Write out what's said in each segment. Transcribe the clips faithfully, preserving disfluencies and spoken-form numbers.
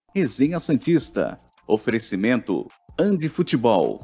Resenha Santista. Oferecimento Andi Futebol.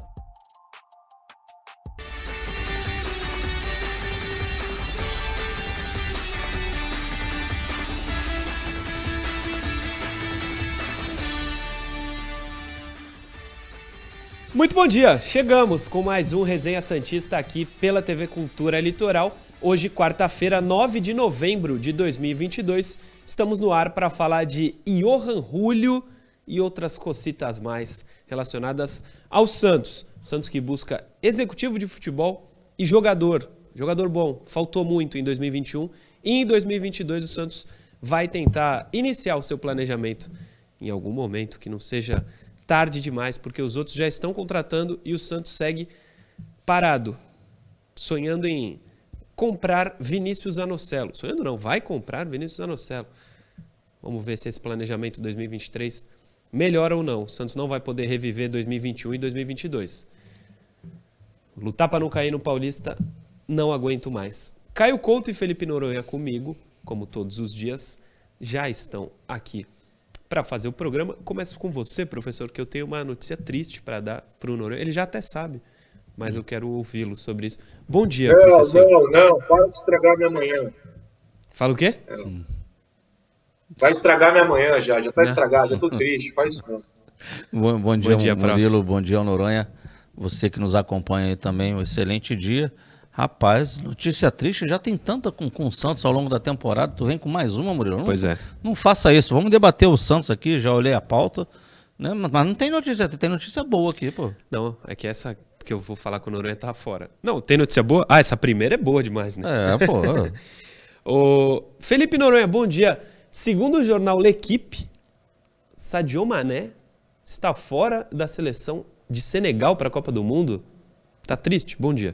Muito bom dia! Chegamos com mais um Resenha Santista aqui pela T V Cultura Litoral. Hoje, quarta-feira, nove de novembro de dois mil e vinte e dois, estamos no ar para falar de Johan Julio e outras cocitas mais relacionadas ao Santos. Santos que busca executivo de futebol e jogador. Jogador bom, faltou muito em dois mil e vinte e um. E em dois mil e vinte e dois o Santos vai tentar iniciar o seu planejamento em algum momento que não seja tarde demais, porque os outros já estão contratando e o Santos segue parado, sonhando em comprar Vinícius Zanocelo. Sonhando não, vai comprar Vinícius Zanocelo. Vamos ver se esse planejamento dois mil e vinte e três melhora ou não. O Santos não vai poder reviver dois mil e vinte e um e dois mil e vinte e dois. Lutar para não cair no Paulista, não aguento mais. Caio Couto e Felipe Noronha comigo, como todos os dias, já estão aqui para fazer o programa. Começo com você, professor, que eu tenho uma notícia triste para dar para o Noronha. Ele já até sabe, mas eu quero ouvi-lo sobre isso. Bom dia, não, professor. Não, não, para de estragar minha manhã. Fala o quê? É. Vai estragar minha manhã já, já tá não. estragado, já tô triste, faz isso não. Bom, bom dia, bom dia Murilo, bom dia, Noronha. Você que nos acompanha aí também, um excelente dia. Rapaz, notícia triste, já tem tanta com, com o Santos ao longo da temporada, tu vem com mais uma, Murilo? Não, pois é. Não faça isso, vamos debater o Santos aqui, já olhei a pauta, né? Mas não tem notícia, tem notícia boa aqui, pô. Não, é que essa que eu vou falar com o Noronha tá fora. Não, tem notícia boa? Ah, essa primeira é boa demais, né? É, pô. O Felipe Noronha, bom dia. Segundo o jornal L'Equipe, Sadio Mané está fora da seleção de Senegal para a Copa do Mundo. Tá triste? Bom dia.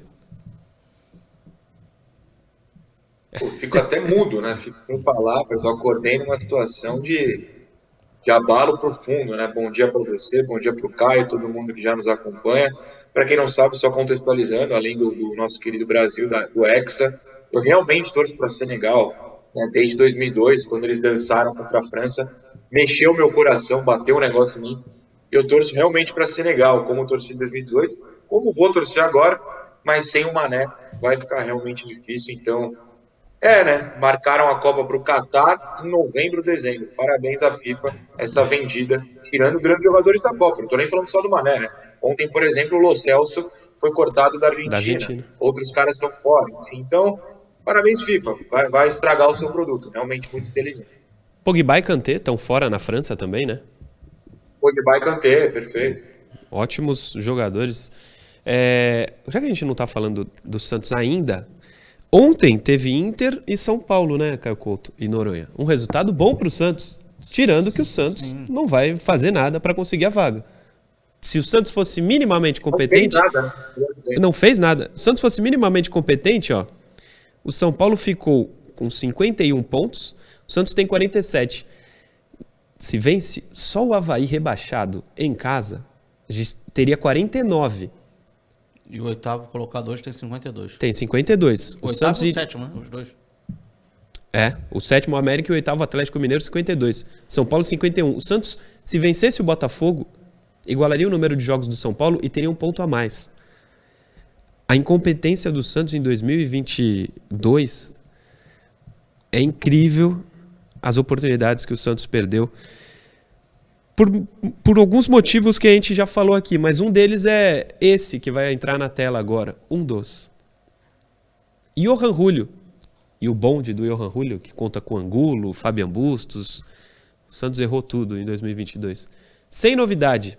Eu fico até mudo, né? Fico sem palavras. Eu acordei numa situação de, de abalo profundo, né? Bom dia para você, bom dia para o Caio, todo mundo que já nos acompanha. Para quem não sabe, só contextualizando, além do, do nosso querido Brasil, da, do Hexa, eu realmente torço para Senegal, né? Desde dois mil e dois, quando eles dançaram contra a França, mexeu meu coração, bateu um negócio em mim. Eu torço realmente para Senegal, como eu torci em dois mil e dezoito, como vou torcer agora, mas sem o Mané vai ficar realmente difícil, então... É, né? Marcaram a Copa para o Catar em novembro, dezembro. Parabéns à FIFA, essa vendida, tirando grandes jogadores da Copa. Não estou nem falando só do Mané, né? Ontem, por exemplo, o Lo Celso foi cortado da Argentina. Da Argentina. Outros caras estão fora. Enfim, então, parabéns, FIFA. Vai, vai estragar o seu produto. Realmente muito inteligente. Pogba e Kanté estão fora na França também, né? Pogba e Kanté, perfeito. Ótimos jogadores. É... Já que a gente não está falando do Santos ainda... Ontem teve Inter e São Paulo, né, Caio Couto e Noronha? Um resultado bom para o Santos, tirando que o Santos Sim. não vai fazer nada para conseguir a vaga. Se o Santos fosse minimamente competente... Não fez nada. Não fez nada. Se o Santos fosse minimamente competente, ó, o São Paulo ficou com cinquenta e um pontos, o Santos tem quarenta e sete. Se vence só o Avaí rebaixado em casa, teria quarenta e nove. E o oitavo colocado hoje tem cinquenta e dois. Tem cinquenta e dois. O, o oitavo e o sétimo, né? Os dois. É, o sétimo América e o oitavo Atlético Mineiro, cinquenta e dois. São Paulo, cinquenta e um. O Santos, se vencesse o Botafogo, igualaria o número de jogos do São Paulo e teria um ponto a mais. A incompetência do Santos em dois mil e vinte e dois é incrível, as oportunidades que o Santos perdeu. Por, por alguns motivos que a gente já falou aqui, mas um deles é esse que vai entrar na tela agora. Um dos. Johan Julio. E o bonde do Johan Julio, que conta com Angulo, Fabian Bustos. O Santos errou tudo em dois mil e vinte e dois. Sem novidade.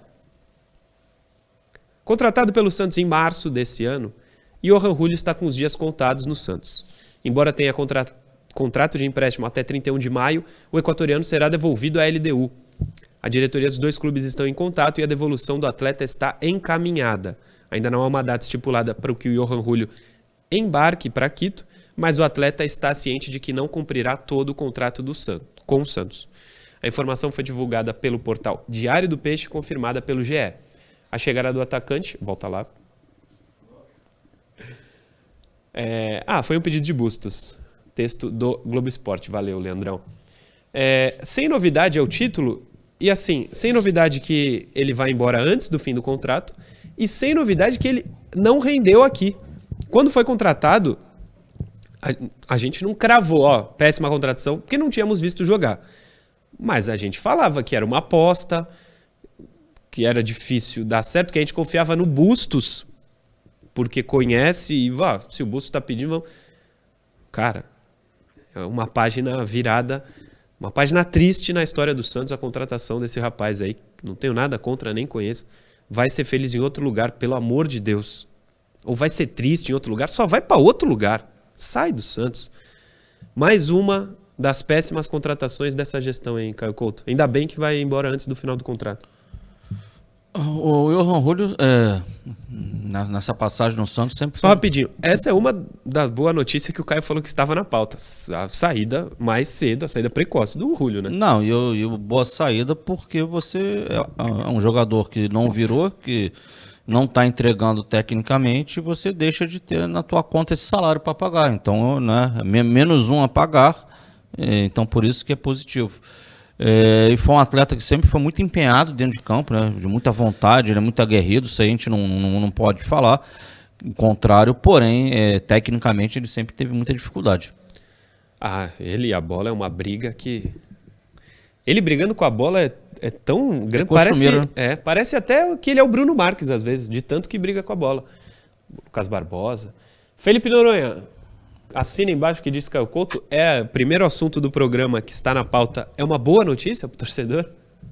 Contratado pelo Santos em março desse ano, Johan Julio está com os dias contados no Santos. Embora tenha contra, contrato de empréstimo até trinta e um de maio, o equatoriano será devolvido à L D U. A diretoria dos dois clubes estão em contato e a devolução do atleta está encaminhada. Ainda não há uma data estipulada para que o Johan Julio embarque para Quito, mas o atleta está ciente de que não cumprirá todo o contrato do Santos, com o Santos. A informação foi divulgada pelo portal Diário do Peixe e confirmada pelo G E. A chegada do atacante... Volta lá. É, ah, foi um pedido de Bustos. Texto do Globo Esporte. Valeu, Leandrão. É, sem novidade é o título... E assim, sem novidade que ele vai embora antes do fim do contrato e sem novidade que ele não rendeu aqui. Quando foi contratado, a, a gente não cravou, ó, péssima contratação, porque não tínhamos visto jogar. Mas a gente falava que era uma aposta, que era difícil dar certo, que a gente confiava no Bustos, porque conhece e, vá, se o Bustos tá pedindo, vamos... Cara, é uma página virada, uma página triste na história do Santos, a contratação desse rapaz aí. Não tenho nada contra, nem conheço. Vai ser feliz em outro lugar, pelo amor de Deus. Ou vai ser triste em outro lugar, só vai para outro lugar. Sai do Santos. Mais uma das péssimas contratações dessa gestão, hein, Caio Couto? Ainda bem que vai embora antes do final do contrato. O Johan Julio, é, nessa passagem no Santos, sempre... Só rapidinho, essa é uma das boas notícias que o Caio falou que estava na pauta. A saída mais cedo, a saída precoce do Julio, né? Não, e, eu, e boa saída porque você é, é um jogador que não virou, que não está entregando tecnicamente, e você deixa de ter na tua conta esse salário para pagar. Então, né, menos um a pagar, é, então por isso que é positivo. É, e foi um atleta que sempre foi muito empenhado dentro de campo, né? De muita vontade, ele é muito aguerrido, isso aí a gente não, não, não pode falar. O contrário, porém, é, tecnicamente ele sempre teve muita dificuldade. Ah, ele e a bola é uma briga que... Ele brigando com a bola é, é tão grande, é parece, é, parece até que ele é o Bruno Marques às vezes, de tanto que briga com a bola. Lucas Barbosa. Felipe Noronha, assina embaixo que diz Caio Couto, é o primeiro assunto do programa que está na pauta. É uma boa notícia para o torcedor?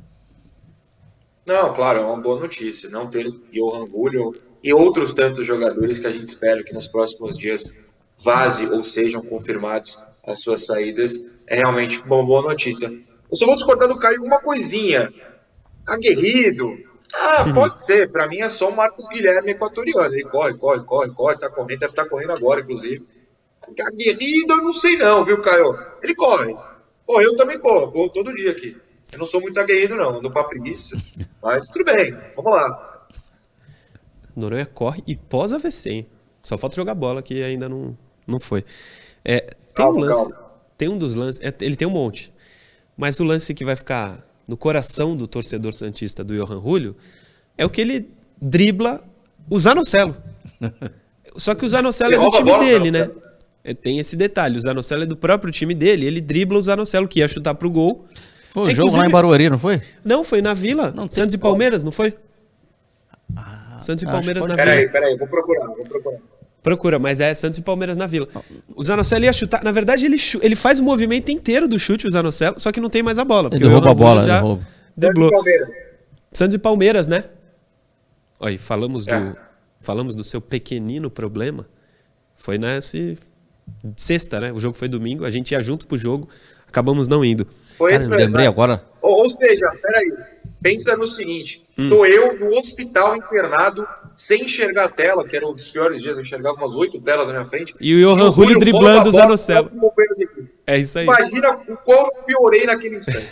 Não, claro, é uma boa notícia. Não ter Johan Julio e outros tantos jogadores que a gente espera que nos próximos dias vaze ou sejam confirmados as suas saídas é realmente uma boa notícia. Eu só vou discordar do Caio uma coisinha. Aguerrido. Ah, pode ser. Para mim é só o Marcos Guilherme equatoriano. Ele corre, corre, corre, corre, tá correndo, deve estar correndo agora, inclusive. Aguerrido, eu não sei não, viu, Caio? Ele corre. Pô, eu também corro, corro todo dia aqui. Eu não sou muito aguerrido não, ando pra preguiça. Mas tudo bem, vamos lá. Noronha corre e pós-A V C, hein? Só falta jogar bola, que ainda não, não foi. É, tem calma, um lance, calma. Tem um dos lances, é, ele tem um monte. Mas o lance que vai ficar no coração do torcedor santista do Johan Julio é o que ele dribla o Zanocelo. Só que o Zanocelo é do time dele, né? É, tem esse detalhe, o Zanocelo é do próprio time dele, ele dribla o Zanocelo, que ia chutar pro gol. Foi o é, jogo lá em Barueri, não foi? Não, foi na Vila, não, Santos e Palmeiras, não foi? Ah, Santos e Palmeiras na Vila. Peraí, peraí, vou procurar, vou procurar. Procura, mas é Santos e Palmeiras na Vila. O Zanocelo ia chutar, na verdade ele, ele faz o movimento inteiro do chute, o Zanocelo, só que não tem mais a bola. Ele rouba a bola, já ele rouba. Driblou. Santos e Palmeiras, né? Olha, falamos, é. do, falamos do seu pequenino problema, foi nesse... Sexta, né? O jogo foi domingo, a gente ia junto pro jogo, acabamos não indo. Foi isso mesmo. Lembrei agora. Ou, ou seja, peraí, pensa no seguinte: hum. tô eu no hospital internado, sem enxergar a tela, que era um dos piores dias, eu enxergava umas oito telas na minha frente. E o Johan Julio driblando o Zanocelo. É isso aí. Imagina o quão eu piorei naquele instante.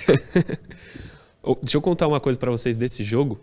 Deixa eu contar uma coisa pra vocês desse jogo.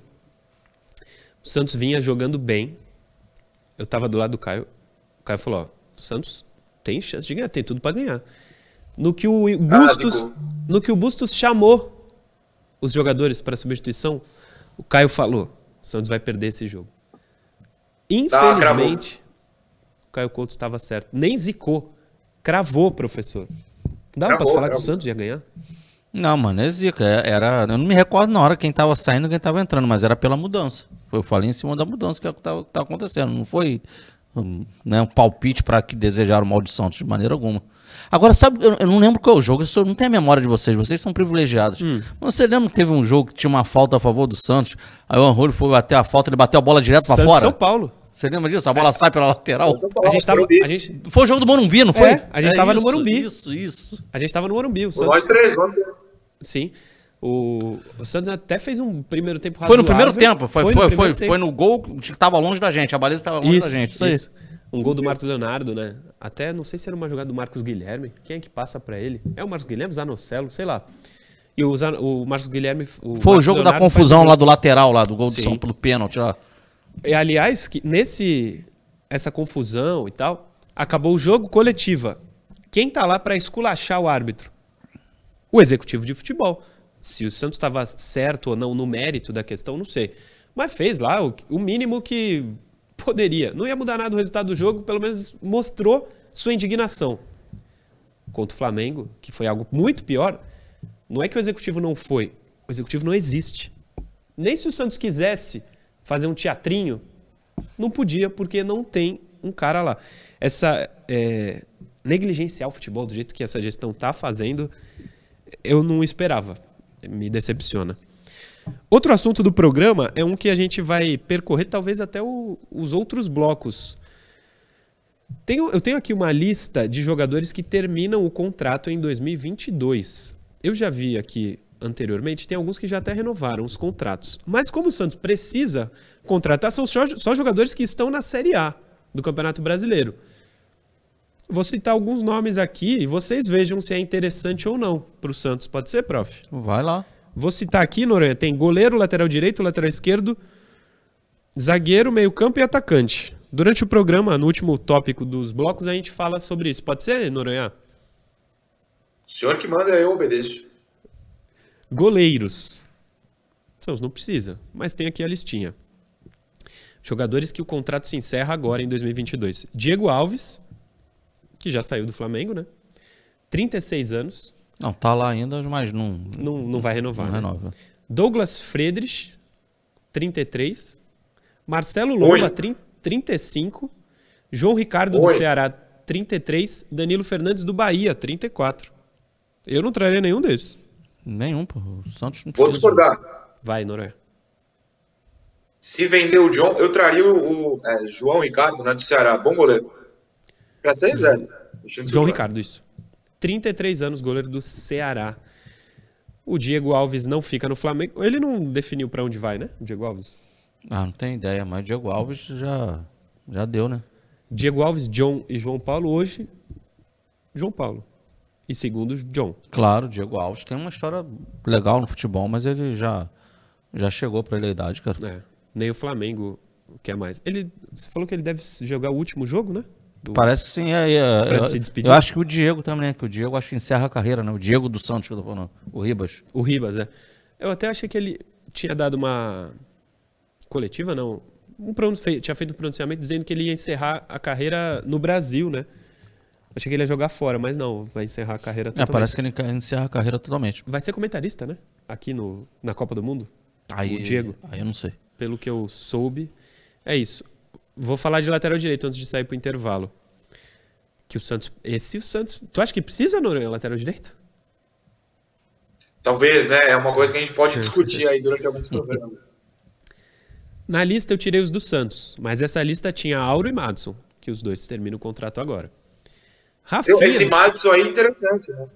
O Santos vinha jogando bem. Eu tava do lado do Caio. O Caio falou: ó, o Santos tem chance de ganhar, tem tudo para ganhar. No que o Bustos, no que o Bustos chamou os jogadores para substituição, o Caio falou: o Santos vai perder esse jogo. Infelizmente, ah, o Caio Couto estava certo. Nem zicou. Cravou, professor. Dava para falar cravou. Que o Santos ia ganhar? Não, mano, é zica. Era, eu não me recordo na hora quem estava saindo e quem estava entrando, mas era pela mudança. Eu falei em cima da mudança que estava acontecendo. Não foi... Né, um palpite para que desejaram mal de Santos de maneira alguma. Agora, sabe, eu, eu não lembro qual é o jogo, eu não tenho a memória de vocês, vocês são privilegiados. Hum. Mas você lembra que teve um jogo que tinha uma falta a favor do Santos, aí o Johan Julio foi bater a falta, ele bateu a bola direto para fora? São Paulo. Você lembra disso? A bola é. sai pela lateral? A gente tava, a gente... Foi o jogo do Morumbi, não foi? É, a gente é tava isso, no Morumbi. Isso, isso. A gente tava no Morumbi. O Santos... Nós três, nós três. Sim. O, o Santos até fez um primeiro tempo razoável. Foi no primeiro tempo, foi, foi, foi, no foi, tempo. Foi no gol que estava longe da gente, a baliza estava longe isso, da gente. Isso, isso. Aí. Um gol do Marcos Leonardo, né? Até não sei se era uma jogada do Marcos Guilherme. Quem é que passa pra ele? É o Marcos Guilherme, Zanocelo, sei lá. E o, Zan, o Marcos Guilherme... O Foi Marcos o jogo Leonardo da confusão lá do lateral, lá do gol do São Paulo, pênalti lá. E, aliás, que nesse, essa confusão e tal, acabou o jogo coletiva. Quem tá lá pra esculachar o árbitro? O executivo de futebol. Se o Santos estava certo ou não no mérito da questão, não sei. Mas fez lá o, o mínimo que poderia. Não ia mudar nada o resultado do jogo, pelo menos mostrou sua indignação. Contra o Flamengo, que foi algo muito pior, não é que o Executivo não foi. O Executivo não existe. Nem se o Santos quisesse fazer um teatrinho, não podia, porque não tem um cara lá. Essa é, negligenciar o futebol do jeito que essa gestão está fazendo, eu não esperava. Me decepciona. Outro assunto do programa é um que a gente vai percorrer talvez até o, os outros blocos. Tenho, eu tenho aqui uma lista de jogadores que terminam o contrato em dois mil e vinte e dois. Eu já vi aqui anteriormente, tem alguns que já até renovaram os contratos. Mas como o Santos precisa contratar, são só, só jogadores que estão na Série A do Campeonato Brasileiro. Vou citar alguns nomes aqui e vocês vejam se é interessante ou não para o Santos. Pode ser, prof? Vai lá. Vou citar aqui, Noronha, tem goleiro, lateral direito, lateral esquerdo, zagueiro, meio-campo e atacante. Durante o programa, no último tópico dos blocos, a gente fala sobre isso. Pode ser, Noronha? O senhor que manda, eu obedeço. Goleiros. Santos não precisa, mas tem aqui a listinha. Jogadores que o contrato se encerra agora em dois mil e vinte e dois. Diego Alves, que já saiu do Flamengo, né? trinta e seis anos. Não, tá lá ainda, mas não... Não, não vai renovar, não né? renova. Douglas Friedrich, trinta e três. Marcelo Lomba, trinta e cinco. João Ricardo, Oi. do Ceará, trinta e três. Danilo Fernandes, do Bahia, trinta e quatro. Eu não traria nenhum desses. Nenhum, pô. O Santos não Vou precisa. discordar. Vai, Noronha. Se vender o John, eu traria o, o é, João Ricardo, né, do Ceará. Bom goleiro. Pra ser zero. João Ricardo, isso. trinta e três anos, goleiro do Ceará. O Diego Alves não fica no Flamengo. Ele não definiu pra onde vai, né? O Diego Alves. Ah, não tem ideia, mas o Diego Alves já, já deu, né? Diego Alves, John e João Paulo. Hoje, João Paulo. E segundo, John. Claro, o Diego Alves tem uma história legal no futebol, mas ele já, já chegou pra ele a idade, cara. É, nem o Flamengo quer mais. Ele, você falou que ele deve jogar o último jogo, né? Do... Parece que sim. É, é, Pra eu, se despedir. eu acho que o Diego também, que o Diego acho que encerra a carreira, né? O Diego do Santos que eu tô falando. O Ribas. O Ribas, é. Eu até achei que ele tinha dado uma coletiva, não. Um pronunci... Tinha feito um pronunciamento dizendo que ele ia encerrar a carreira no Brasil, né? Achei que ele ia jogar fora, mas não, vai encerrar a carreira É, totalmente. parece que ele encerra a carreira totalmente. Vai ser comentarista, né? Aqui no, na Copa do Mundo. Aí, o Diego. Aí eu não sei. Pelo que eu soube. É isso. Vou falar de lateral direito antes de sair pro intervalo. Que o Santos... Esse o Santos... Tu acha que precisa, Noronha, lateral direito? Talvez, né? É uma coisa que a gente pode discutir aí durante alguns programas. Na lista eu tirei os do Santos, mas essa lista tinha Auro e Madison, que os dois terminam o contrato agora. Rafinha, Eu, esse Madison aí é interessante, né?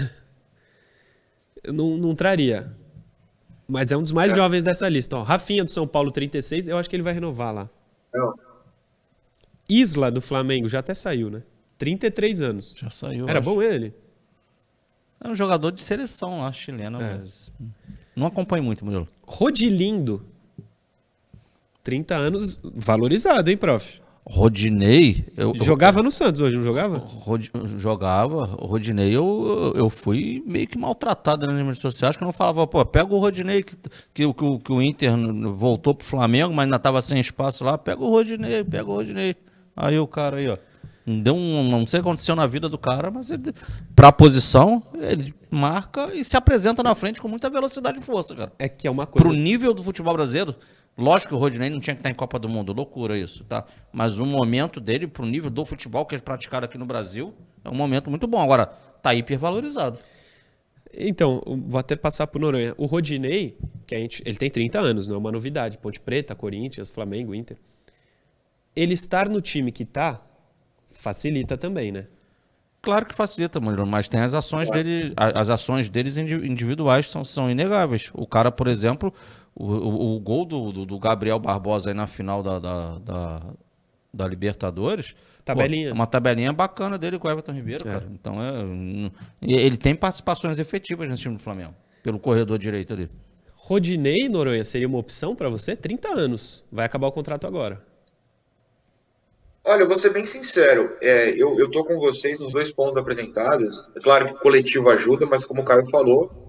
eu não, não traria. Mas é um dos mais é. jovens dessa lista. Ó, Rafinha do São Paulo, trinta e seis, eu acho que ele vai renovar lá. Não. Isla do Flamengo, já até saiu, né? trinta e três anos. Já saiu. Era acho. bom ele? É um jogador de seleção lá, chileno, é. mas não acompanho muito, Murilo. Rodilindo. trinta anos, valorizado, hein, prof? Rodinei... Eu, jogava eu, no Santos hoje, não jogava? Rod, jogava. O Rodinei, eu, eu fui meio que maltratado nas redes sociais, que eu não falava, pô, pega o Rodinei, que, que, que, que o Inter voltou pro Flamengo, mas ainda tava sem espaço lá, pega o Rodinei, pega o Rodinei. Aí o cara aí, ó. Deu um, não sei o que aconteceu na vida do cara, mas ele, pra posição, ele marca e se apresenta na frente com muita velocidade e força, cara. É que é uma coisa... Pro nível do futebol brasileiro, lógico que o Rodinei não tinha que estar em Copa do Mundo, loucura isso, tá? Mas o momento dele, pro nível do futebol que é praticado aqui no Brasil, é um momento muito bom. Agora, tá hipervalorizado. Então, vou até passar pro Noronha. O Rodinei, que a gente, ele tem trinta anos, não é uma novidade. Ponte Preta, Corinthians, Flamengo, Inter. Ele estar no time que tá, facilita também, né? Claro que facilita, Murilo, mas tem as ações claro. dele, as ações deles individuais são, são inegáveis. O cara, por exemplo, o, o, o gol do, do, do Gabriel Barbosa aí na final da, da, da, da Libertadores, tabelinha. Pô, uma tabelinha bacana dele com o Everton Ribeiro, é. cara. Então é, ele tem participações efetivas nesse time do Flamengo, pelo corredor direito ali. Rodinei, Noronha, seria uma opção para você? trinta anos, vai acabar o contrato agora. Olha, eu vou ser bem sincero, é, eu, eu tô com vocês nos dois pontos apresentados. É claro que o coletivo ajuda, mas como o Caio falou,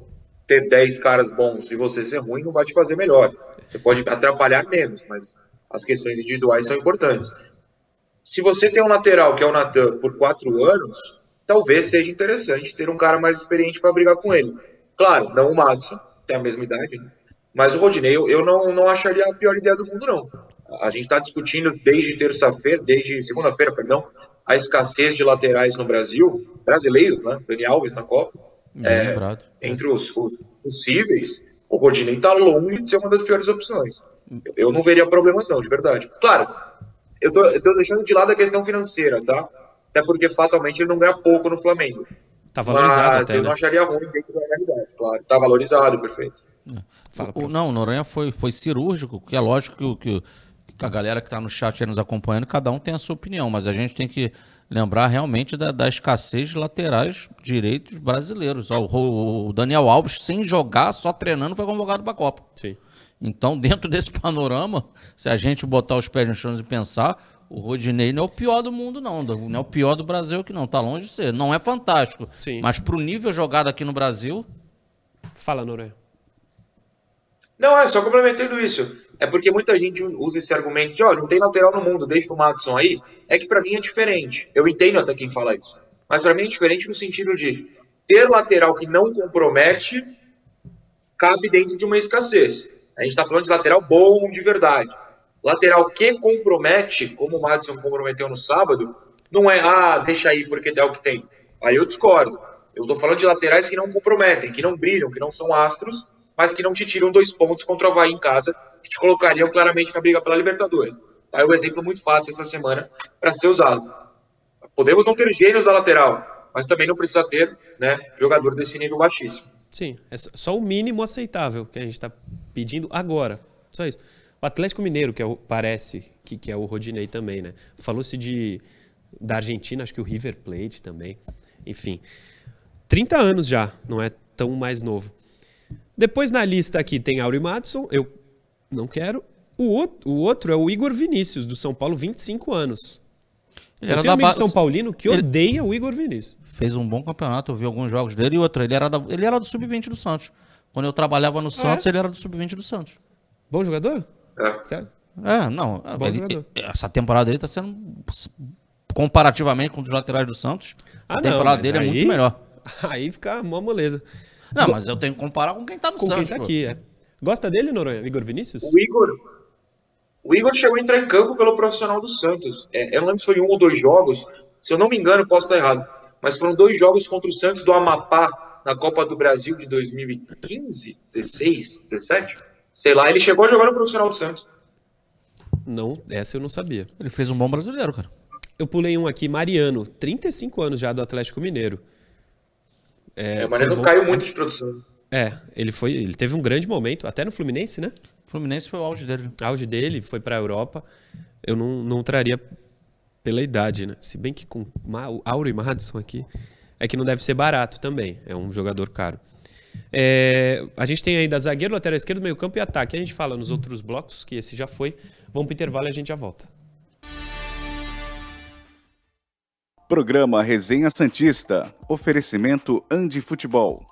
ter dez caras bons e você ser ruim não vai te fazer melhor. Você pode atrapalhar menos, mas as questões individuais são importantes. Se você tem um lateral, que é o Natan, por quatro anos, talvez seja interessante ter um cara mais experiente para brigar com ele. Claro, não o Maddison, tem a mesma idade, né? Mas o Rodinei, eu, eu não, não acharia a pior ideia do mundo, não. A gente está discutindo desde terça-feira, desde segunda-feira, perdão, a escassez de laterais no Brasil, brasileiros, né? Dani Alves na Copa. É, entre os, os possíveis, o Rodinei está longe de ser uma das piores opções. Eu, eu não veria problemas não, de verdade. Claro, eu tô, eu tô deixando de lado a questão financeira, tá? Até porque fatalmente ele não ganha pouco no Flamengo. Tá valorizado Mas até, eu né? não acharia ruim dentro da realidade, claro. Tá valorizado, perfeito. Fala, o, não, o Noronha foi, foi cirúrgico, que é lógico que, que, que a galera que está no chat aí nos acompanhando, cada um tem a sua opinião, mas a gente tem que lembrar realmente da, da escassez de laterais direitos brasileiros. Ó, o, o Daniel Alves, sem jogar, só treinando, foi convocado para a Copa. Sim. Então, dentro desse panorama, se a gente botar os pés no chão e pensar, o Rodinei não é o pior do mundo, não. Não é o pior do Brasil, que não. Tá longe de ser. Não é fantástico. Sim. Mas pro nível jogado aqui no Brasil... Fala, Noronha. Não, é só complementando isso. É porque muita gente usa esse argumento de, ó, não tem lateral no mundo, deixa o Maddison aí. É que pra mim é diferente. Eu entendo até quem fala isso. Mas pra mim é diferente no sentido de ter lateral que não compromete cabe dentro de uma escassez. A gente tá falando de lateral bom de verdade. Lateral que compromete, como o Maddison comprometeu no sábado, não é, ah, deixa aí porque é o que tem. Aí eu discordo. Eu tô falando de laterais que não comprometem, que não brilham, que não são astros, mas que não te tiram dois pontos contra o Avaí em casa, que te colocariam claramente na briga pela Libertadores. Tá aí um exemplo muito fácil essa semana para ser usado. Podemos não ter gênios da lateral, mas também não precisa ter, né, jogador desse nível baixíssimo. Sim, é só o mínimo aceitável que a gente está pedindo agora. Só isso. O Atlético Mineiro, que é o, parece que, que é o Rodinei também, né? Falou-se de da Argentina, acho que o River Plate também. Enfim, trinta anos já, não é tão mais novo. Depois na lista aqui tem Auri Maddison, eu não quero. O outro, o outro é o Igor Vinícius, do São Paulo, vinte e cinco anos. Ele eu era tenho um da amigo ba... São Paulino que ele... odeia o Igor Vinícius. Fez um bom campeonato, eu vi alguns jogos dele. E outro, ele era, da... ele era do sub vinte do Santos. Quando eu trabalhava no Santos, é? ele era do sub vinte do Santos. Bom jogador? É. Sério? É, não. Bom Ele, jogador. essa temporada dele está sendo, comparativamente com os laterais do Santos, Ah, a temporada não, dele aí, é muito melhor. Aí fica mó moleza. Não, mas eu tenho que comparar com quem tá no Com Santos. quem tá pô. aqui, é. Gosta dele, Noronha? Igor Vinícius? O Igor, o Igor chegou a entrar em campo pelo profissional do Santos. É, eu não lembro se foi um ou dois jogos. Se eu não me engano, posso estar errado. Mas foram dois jogos contra o Santos do Amapá na Copa do Brasil de dois mil e quinze, dezesseis, dezessete. Sei lá, ele chegou a jogar no profissional do Santos. Não, essa eu não sabia. Ele fez um bom brasileiro, cara. Eu pulei um aqui, Mariano, trinta e cinco anos já do Atlético Mineiro. É, o Mariano caiu muito de produção. É, ele foi, ele teve um grande momento, até no Fluminense, né? O Fluminense foi o auge dele. O auge dele, foi pra Europa. Eu não, não traria pela idade, né? Se bem que com o Auri Maddison aqui, é que não deve ser barato também. É um jogador caro. É, a gente tem ainda zagueiro, lateral esquerdo, meio campo e ataque. A gente fala nos outros blocos, que esse já foi. Vamos pro intervalo e a gente já volta. Programa Resenha Santista. Oferecimento Andi Futebol.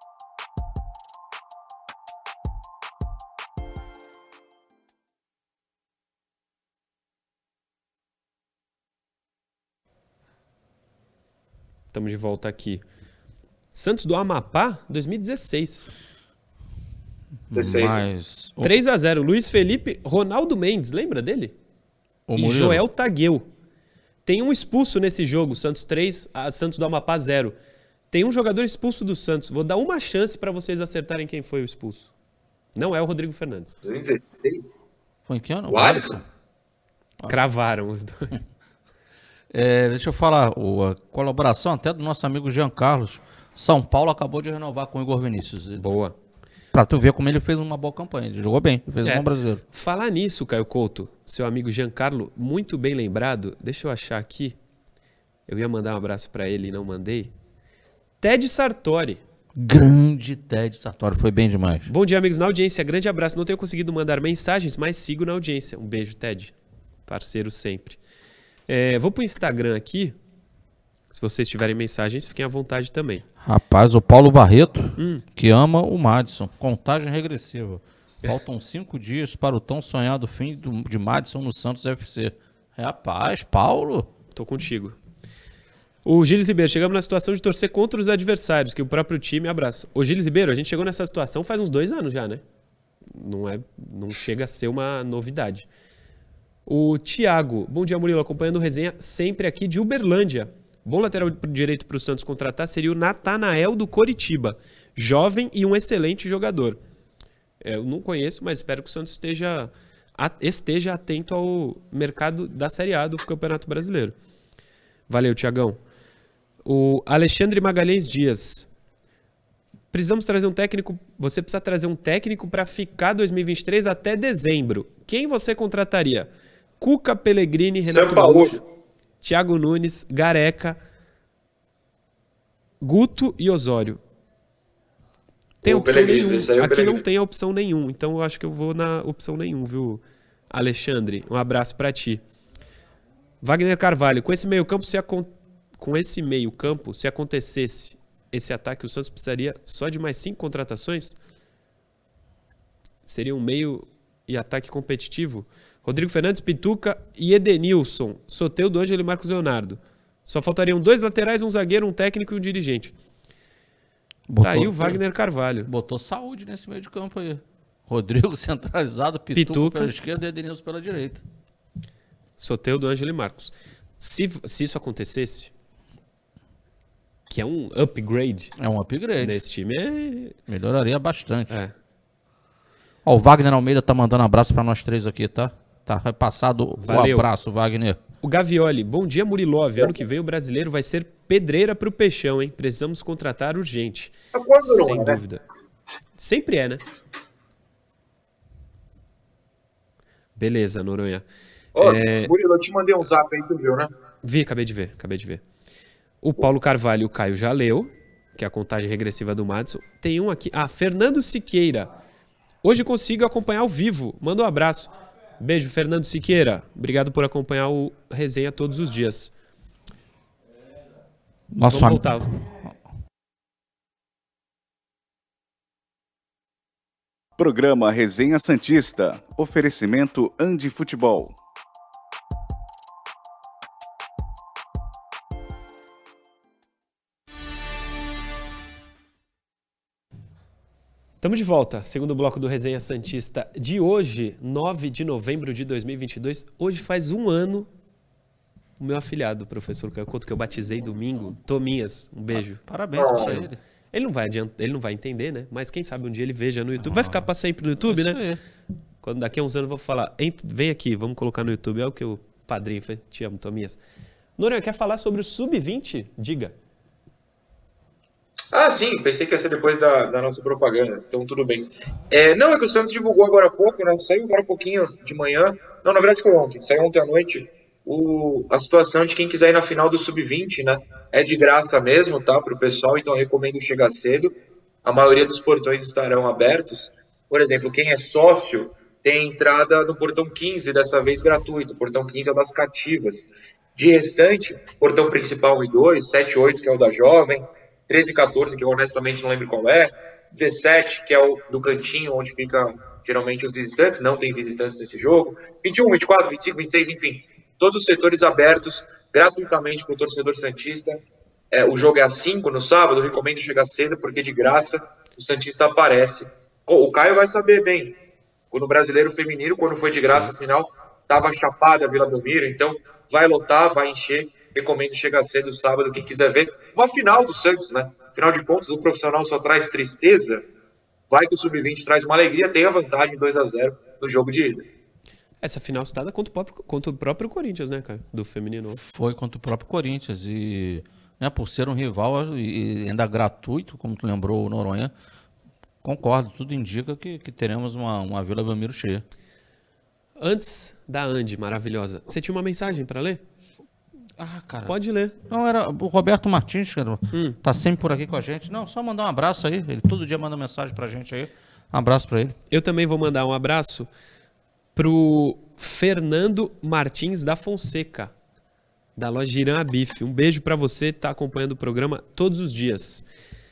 Estamos de volta aqui. Santos do Amapá, dois mil e dezesseis. dezesseis. Mas... três a zero. Luiz Felipe, Ronaldo Mendes, lembra dele? O e Murilo. Joel Tagueu. Tem um expulso nesse jogo, Santos três, a Santos do Amapá zero. Tem um jogador expulso do Santos. Vou dar uma chance para vocês acertarem quem foi o expulso. Não é o Rodrigo Fernandes. dois mil e dezesseis? Foi em que ano? O Alisson? Cravaram os dois. É, deixa eu falar, o, a colaboração até do nosso amigo Jean Carlos. São Paulo acabou de renovar com o Igor Vinícius. Boa. Pra tu ver como ele fez uma boa campanha. Ele jogou bem, ele fez É. um bom brasileiro. Falar nisso, Caio Couto, seu amigo Giancarlo, muito bem lembrado. Deixa eu achar aqui. Eu ia mandar um abraço para ele e não mandei. Ted Sartori. Grande Ted Sartori, foi bem demais. Bom dia, amigos na audiência. Grande abraço. Não tenho conseguido mandar mensagens, mas sigo na audiência. Um beijo, Ted. Parceiro sempre. É, vou pro Instagram aqui. Se vocês tiverem mensagens, fiquem à vontade também. Rapaz, o Paulo Barreto, hum. que ama o Madison. Contagem regressiva. Faltam cinco dias para o tão sonhado fim do, de Madison no Santos F C. Rapaz, Paulo. Tô contigo. O Gilles Ribeiro, chegamos na situação de torcer contra os adversários, que o próprio time abraça. Ô Gilles Ribeiro, a gente chegou nessa situação faz uns dois anos já, né? Não, é, não chega a ser uma novidade. O Thiago, bom dia Murilo, acompanhando o resenha sempre aqui de Uberlândia. Bom lateral direito para o Santos contratar seria o Natanael do Coritiba. Jovem e um excelente jogador. Eu não conheço, mas espero que o Santos esteja, esteja atento ao mercado da Série A do Campeonato Brasileiro. Valeu, Tiagão. O Alexandre Magalhães Dias. Precisamos trazer um técnico. Você precisa trazer um técnico para ficar dois mil e vinte e três até dezembro. Quem você contrataria? Cuca, Pellegrini, Renato Gaúcho, Thiago Nunes, Gareca, Guto e Osório. Tem o opção nenhuma. Aqui não tem a opção nenhuma, então eu acho que eu vou na opção nenhuma, viu, Alexandre? Um abraço para ti. Wagner Carvalho, com esse meio campo, se acon... com esse meio campo, se acontecesse esse ataque, o Santos precisaria só de mais cinco contratações? Seria um meio e ataque competitivo? Rodrigo Fernandes, Pituca e Edenilson. Soteldo, Ângelo e Marcos Leonardo. Só faltariam dois laterais, um zagueiro, um técnico e um dirigente. Botou, tá aí o Wagner Carvalho. Botou saúde nesse meio de campo aí. Rodrigo centralizado, Pituca, Pituca. pela esquerda e Edenilson pela direita. Soteldo, Ângelo e Marcos. Se, se isso acontecesse, que é um upgrade. É um upgrade. Nesse time é... melhoraria bastante. É. Ó, o Wagner Almeida tá mandando abraço pra nós três aqui, tá? Tá repassado. Valeu. O abraço, Wagner. O Gavioli, bom dia Murilov. Ano que vem o brasileiro vai ser pedreira pro Peixão, hein? Precisamos contratar urgente. Sem dúvida. Sempre é, né? Beleza, Noronha. Ô, é... Murilo, eu te mandei um zap aí, tu viu, né? Vi, acabei de ver, acabei de ver. O Paulo Carvalho, o Caio já leu, que é a contagem regressiva do Madison. Tem um aqui. Ah, Fernando Siqueira. Hoje consigo acompanhar ao vivo. Manda um abraço. Beijo, Fernando Siqueira. Obrigado por acompanhar o resenha todos os dias. Nossa, vamos voltar. Programa Resenha Santista. Oferecimento Andi Futebol. Estamos de volta, segundo bloco do Resenha Santista de hoje, nove de novembro de dois mil e vinte e dois. Hoje faz um ano o meu afilhado, o professor Caio Couto, que eu batizei domingo, Tominhas, um beijo. Parabéns pra ele. Ele não vai adiantar, ele não vai entender, né? Mas quem sabe um dia ele veja no YouTube. Vai ficar para sempre no YouTube, né? É. Quando daqui a uns anos eu vou falar, vem aqui, vamos colocar no YouTube. É o que o padrinho fez. Te amo, Tominhas. Noronha, quer falar sobre o sub vinte? Diga. Ah, sim, pensei que ia ser depois da, da nossa propaganda, então tudo bem. É, não, é que o Santos divulgou agora há pouco, né? Saiu agora um pouquinho de manhã. Não, na verdade foi ontem, saiu ontem à noite. O, a situação de quem quiser ir na final do sub vinte, né? É de graça mesmo, tá? Pro pessoal, então eu recomendo chegar cedo. A maioria dos portões estarão abertos. Por exemplo, quem é sócio tem entrada no portão quinze, dessa vez gratuito. O portão quinze é o das cativas. De restante, portão principal um e dois, sete e oito, que é o da jovem, treze e quatorze, que eu honestamente não lembro qual é, dezessete, que é o do cantinho, onde ficam geralmente os visitantes, não tem visitantes nesse jogo, vinte e um, vinte e quatro, vinte e cinco, vinte e seis, enfim, todos os setores abertos gratuitamente para o torcedor santista. É, o jogo é às cinco no sábado, eu recomendo chegar cedo, porque de graça o santista aparece. O Caio vai saber bem, quando o brasileiro feminino, quando foi de graça, afinal, estava chapada a Vila Belmiro, então vai lotar, vai encher. Recomendo chegar cedo sábado, quem quiser ver uma final do Santos, né? Afinal de contas, o profissional só traz tristeza, vai que o sub vinte traz uma alegria, tem a vantagem dois a zero no jogo de ida. Essa final citada contra o próprio, contra o próprio Corinthians, né, cara? Do feminino. Foi contra o próprio Corinthians e, né, por ser um rival e ainda gratuito, como tu lembrou, o Noronha, concordo, tudo indica que, que teremos uma, uma Vila Belmiro cheia. Antes da Andi, maravilhosa, você tinha uma mensagem para ler? Ah, cara. Pode ler. Não, era o Roberto Martins, cara, hum. tá sempre por aqui com a gente. Não, só mandar um abraço aí. Ele todo dia manda mensagem pra gente aí. Um abraço pra ele. Eu também vou mandar um abraço pro Fernando Martins da Fonseca. da loja Irã Abif. Um beijo para você, tá acompanhando o programa todos os dias.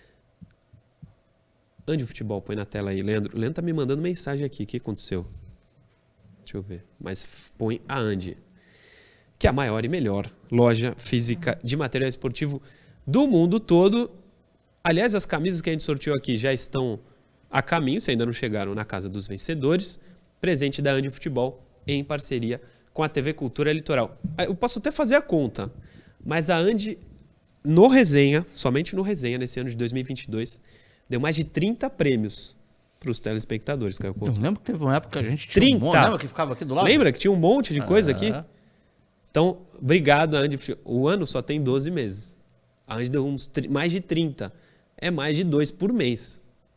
Ande Futebol, põe na tela aí, Leandro. O Leandro tá me mandando mensagem aqui, o que aconteceu? Deixa eu ver, mas põe a Ande, que é a maior e melhor loja física de material esportivo do mundo todo. Aliás, as camisas que a gente sorteou aqui já estão a caminho, se ainda não chegaram, na casa dos vencedores. Presente da Ande Futebol em parceria com a T V Cultura Litoral. Eu posso até fazer a conta, mas a Ande, no Resenha, somente no Resenha, nesse ano de dois mil e vinte e dois, deu mais de trinta prêmios para os telespectadores. Caio Couto. Eu lembro que teve uma época que a gente tinha trinta. um monte, lembra que ficava aqui do lado? Lembra que tinha um monte de coisa é. aqui? Então, obrigado, Ande. O ano só tem doze meses. A Ande deu uns mais de trinta. É mais de dois por mês.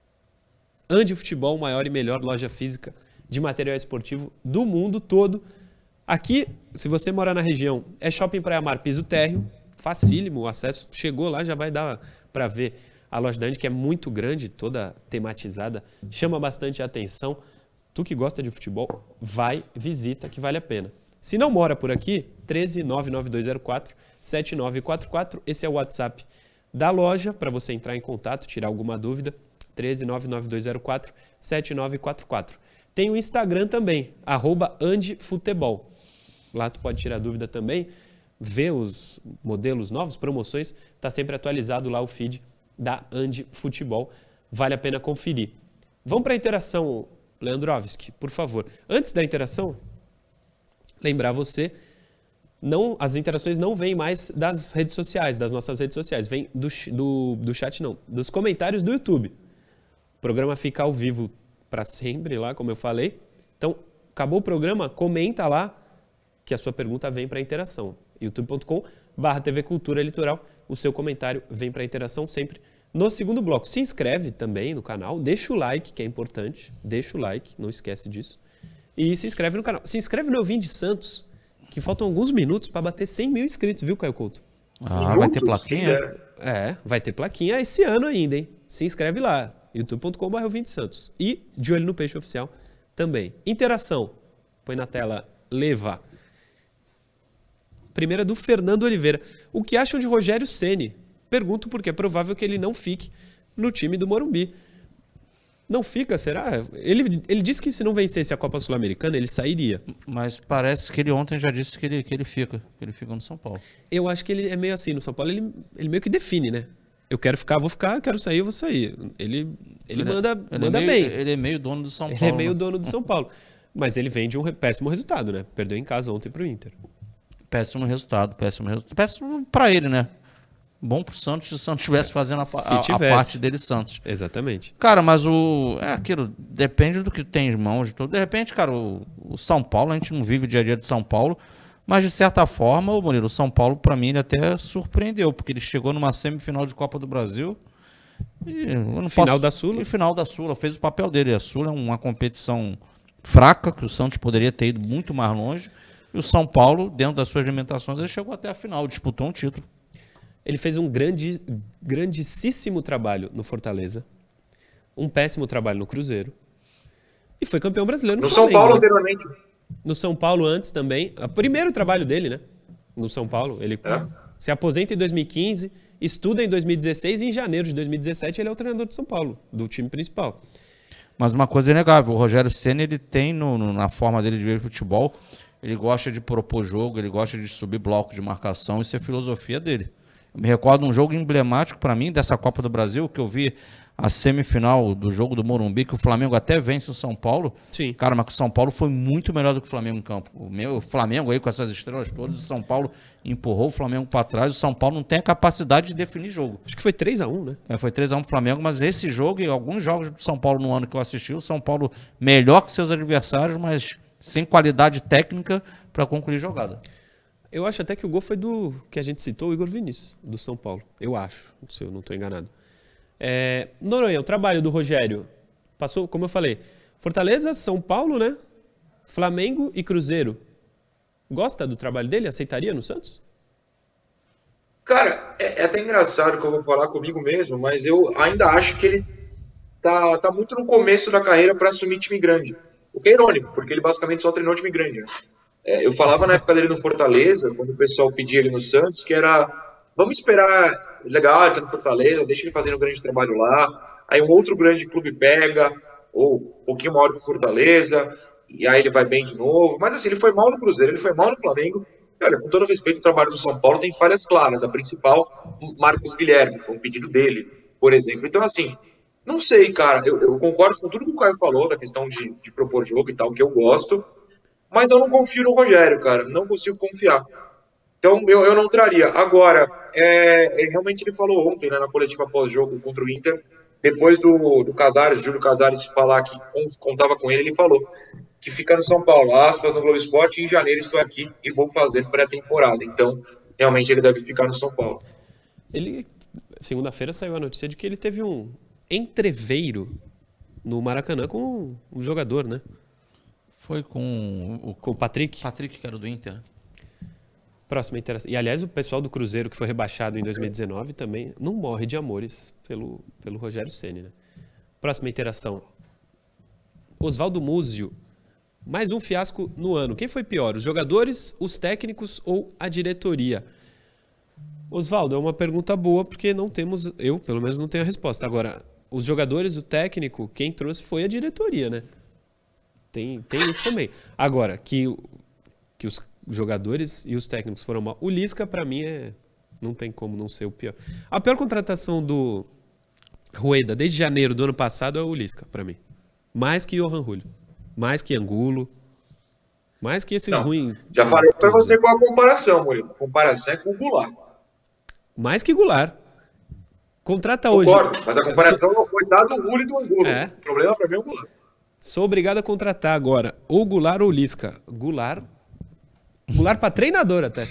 Ande Futebol, maior e melhor loja física de material esportivo do mundo todo. Aqui, se você mora na região, é Shopping Praia Mar, piso térreo, facílimo o acesso. Chegou lá, já vai dar para ver a loja da Ande, que é muito grande, toda tematizada, chama bastante atenção. Tu que gosta de futebol, vai, visita, que vale a pena. Se não mora por aqui, treze nove nove dois zero quatro sete nove quatro quatro, esse é o WhatsApp da loja, para você entrar em contato, tirar alguma dúvida, treze nove nove dois zero quatro sete nove quatro quatro. Tem o Instagram também, arroba andefutebol. Lá tu pode tirar dúvida também, ver os modelos novos, promoções, está sempre atualizado lá o feed da Ande Futebol, vale a pena conferir. Vamos para a interação, Leandrovski, por favor. Antes da interação, lembrar você, não, as interações não vêm mais das redes sociais, das nossas redes sociais, vem do, do, do chat não, dos comentários do YouTube. O programa fica ao vivo para sempre lá, como eu falei. Então, acabou o programa, comenta lá que a sua pergunta vem para a interação. youtube ponto com barra T V Cultura Litoral. O seu comentário vem para a interação sempre no segundo bloco. Se inscreve também no canal, deixa o like, que é importante. Deixa o like, não esquece disso. E se inscreve no canal. Se inscreve no Elvin de Santos, que faltam alguns minutos para bater cem mil inscritos, viu, Caio Couto? Ah, minutos, vai ter plaquinha? É, vai ter plaquinha esse ano ainda, hein? Se inscreve lá, youtube ponto com barra Elvin de Santos. E de olho no Peixe Oficial também. Interação, põe na tela, leva. Primeira do Fernando Oliveira. O que acham de Rogério Ceni? Pergunto porque é provável que ele não fique no time do Morumbi. Não fica, será? Ele, ele disse que se não vencesse a Copa Sul-Americana, ele sairia. Mas parece que ele ontem já disse que ele, que ele fica, que ele fica no São Paulo. Eu acho que ele é meio assim, no São Paulo ele, ele meio que define, né? Eu quero ficar, vou ficar, quero sair, eu vou sair. Ele, ele, ele manda, ele manda é meio, bem. Ele é meio dono do São ele Paulo. Ele é meio né? dono do São Paulo. Mas ele vem de um péssimo resultado, né? Perdeu em casa ontem pro Inter. Péssimo resultado, péssimo resultado. Péssimo pra ele, né? Bom pro Santos se o Santos estivesse fazendo a, a, a parte dele, Santos. Exatamente. Cara, mas o... É aquilo, depende do que tem em mãos. De, tudo. De repente, cara, o, o São Paulo, a gente não vive o dia a dia de São Paulo, mas de certa forma, o Murilo, o São Paulo, pra mim, ele até surpreendeu, porque ele chegou numa semifinal de Copa do Brasil e... Eu não final posso, da Sula. E final da Sula, fez o papel dele. A Sula é uma competição fraca, que o Santos poderia ter ido muito mais longe. E o São Paulo, dentro das suas limitações, ele chegou até a final, disputou um título. Ele fez um grande, grandíssimo trabalho no Fortaleza, um péssimo trabalho no Cruzeiro e foi campeão brasileiro no, no Flamengo, São Paulo, né? anteriormente. No São Paulo antes também. O primeiro trabalho dele, né? No São Paulo. Ele é. se aposenta em dois mil e quinze, estuda em dois mil e dezesseis e em janeiro de dois mil e dezessete ele é o treinador de São Paulo, do time principal. Mas uma coisa é inegável, o Rogério Ceni, ele tem no, no, na forma dele de ver futebol, ele gosta de propor jogo, ele gosta de subir bloco de marcação, isso é a filosofia dele. Eu me recordo um jogo emblemático para mim dessa Copa do Brasil, que eu vi a semifinal do jogo do Morumbi, que o Flamengo até vence o São Paulo. Sim. Cara, mas o São Paulo foi muito melhor do que o Flamengo em campo. O, meu, o Flamengo aí com essas estrelas todas, o São Paulo empurrou o Flamengo para trás, o São Paulo não tem a capacidade de definir jogo. Acho que foi três a um, né? É, foi três a um pro Flamengo, mas esse jogo e alguns jogos do São Paulo no ano que eu assisti, o São Paulo melhor que seus adversários, mas sem qualidade técnica para concluir jogada. Eu acho até que o gol foi do que a gente citou, o Igor Vinícius, do São Paulo. Eu acho, se eu não estou enganado. É, Noronha, o trabalho do Rogério passou, como eu falei, Fortaleza, São Paulo, né? Flamengo e Cruzeiro. Gosta do trabalho dele? Aceitaria no Santos? Cara, é, é até engraçado que eu vou falar comigo mesmo, mas eu ainda acho que ele tá, tá muito no começo da carreira para assumir time grande. O que é irônico, porque ele basicamente só treinou time grande, né? É, eu falava na época dele no Fortaleza, quando o pessoal pedia ele no Santos, que era, vamos esperar, legal, ele tá no Fortaleza, deixa ele fazendo um grande trabalho lá, aí um outro grande clube pega, ou um pouquinho maior que o Fortaleza, e aí ele vai bem de novo. Mas assim, ele foi mal no Cruzeiro, ele foi mal no Flamengo. E, olha, com todo respeito, o trabalho do São Paulo tem falhas claras. A principal, Marcos Guilherme, foi um pedido dele, por exemplo. Então, assim, não sei, cara, eu, eu concordo com tudo que o Caio falou, da questão de, de propor jogo e tal, que eu gosto, mas eu não confio no Rogério, cara, não consigo confiar. Então, eu, eu não traria. Agora, é, é, realmente ele falou ontem, né, na coletiva pós-jogo contra o Inter, depois do, do Casares, Júlio Casares, falar que contava com ele, ele falou que fica no São Paulo, aspas, no Globo Esporte, e em janeiro estou aqui e vou fazer pré-temporada. Então, realmente ele deve ficar no São Paulo. Ele, segunda-feira saiu a notícia de que ele teve um entreveiro no Maracanã com um jogador, né? Foi com o, com o Patrick. Patrick, que era do Inter. Próxima interação. E, aliás, o pessoal do Cruzeiro, que foi rebaixado em dois mil e dezenove, também não morre de amores pelo, pelo Rogério Ceni, né? Próxima interação. Oswaldo Múzio. Mais um fiasco no ano. Quem foi pior? Os jogadores, os técnicos ou a diretoria? Oswaldo, é uma pergunta boa, porque não temos... Eu, pelo menos, não tenho a resposta. Agora, os jogadores, o técnico, quem trouxe foi a diretoria, né? Tem, tem isso também. Agora, que, que os jogadores e os técnicos foram mal. O Lisca, pra mim, é, não tem como não ser o pior. A pior contratação do Rueda desde janeiro do ano passado é o Lisca, pra mim. Mais que Johan Julio. Mais que Angulo. Mais que esses ruins. Já falei pra você qual a comparação, Murilo. A comparação é com o Goulart. Mais que Goulart. Contrata Concordo, hoje. Mas a comparação sou... foi dada do Julio e do Angulo. É. O problema pra mim é o Goulart. Sou obrigado a contratar agora ou Goulart ou Lisca. Goulart... Goulart para treinador até.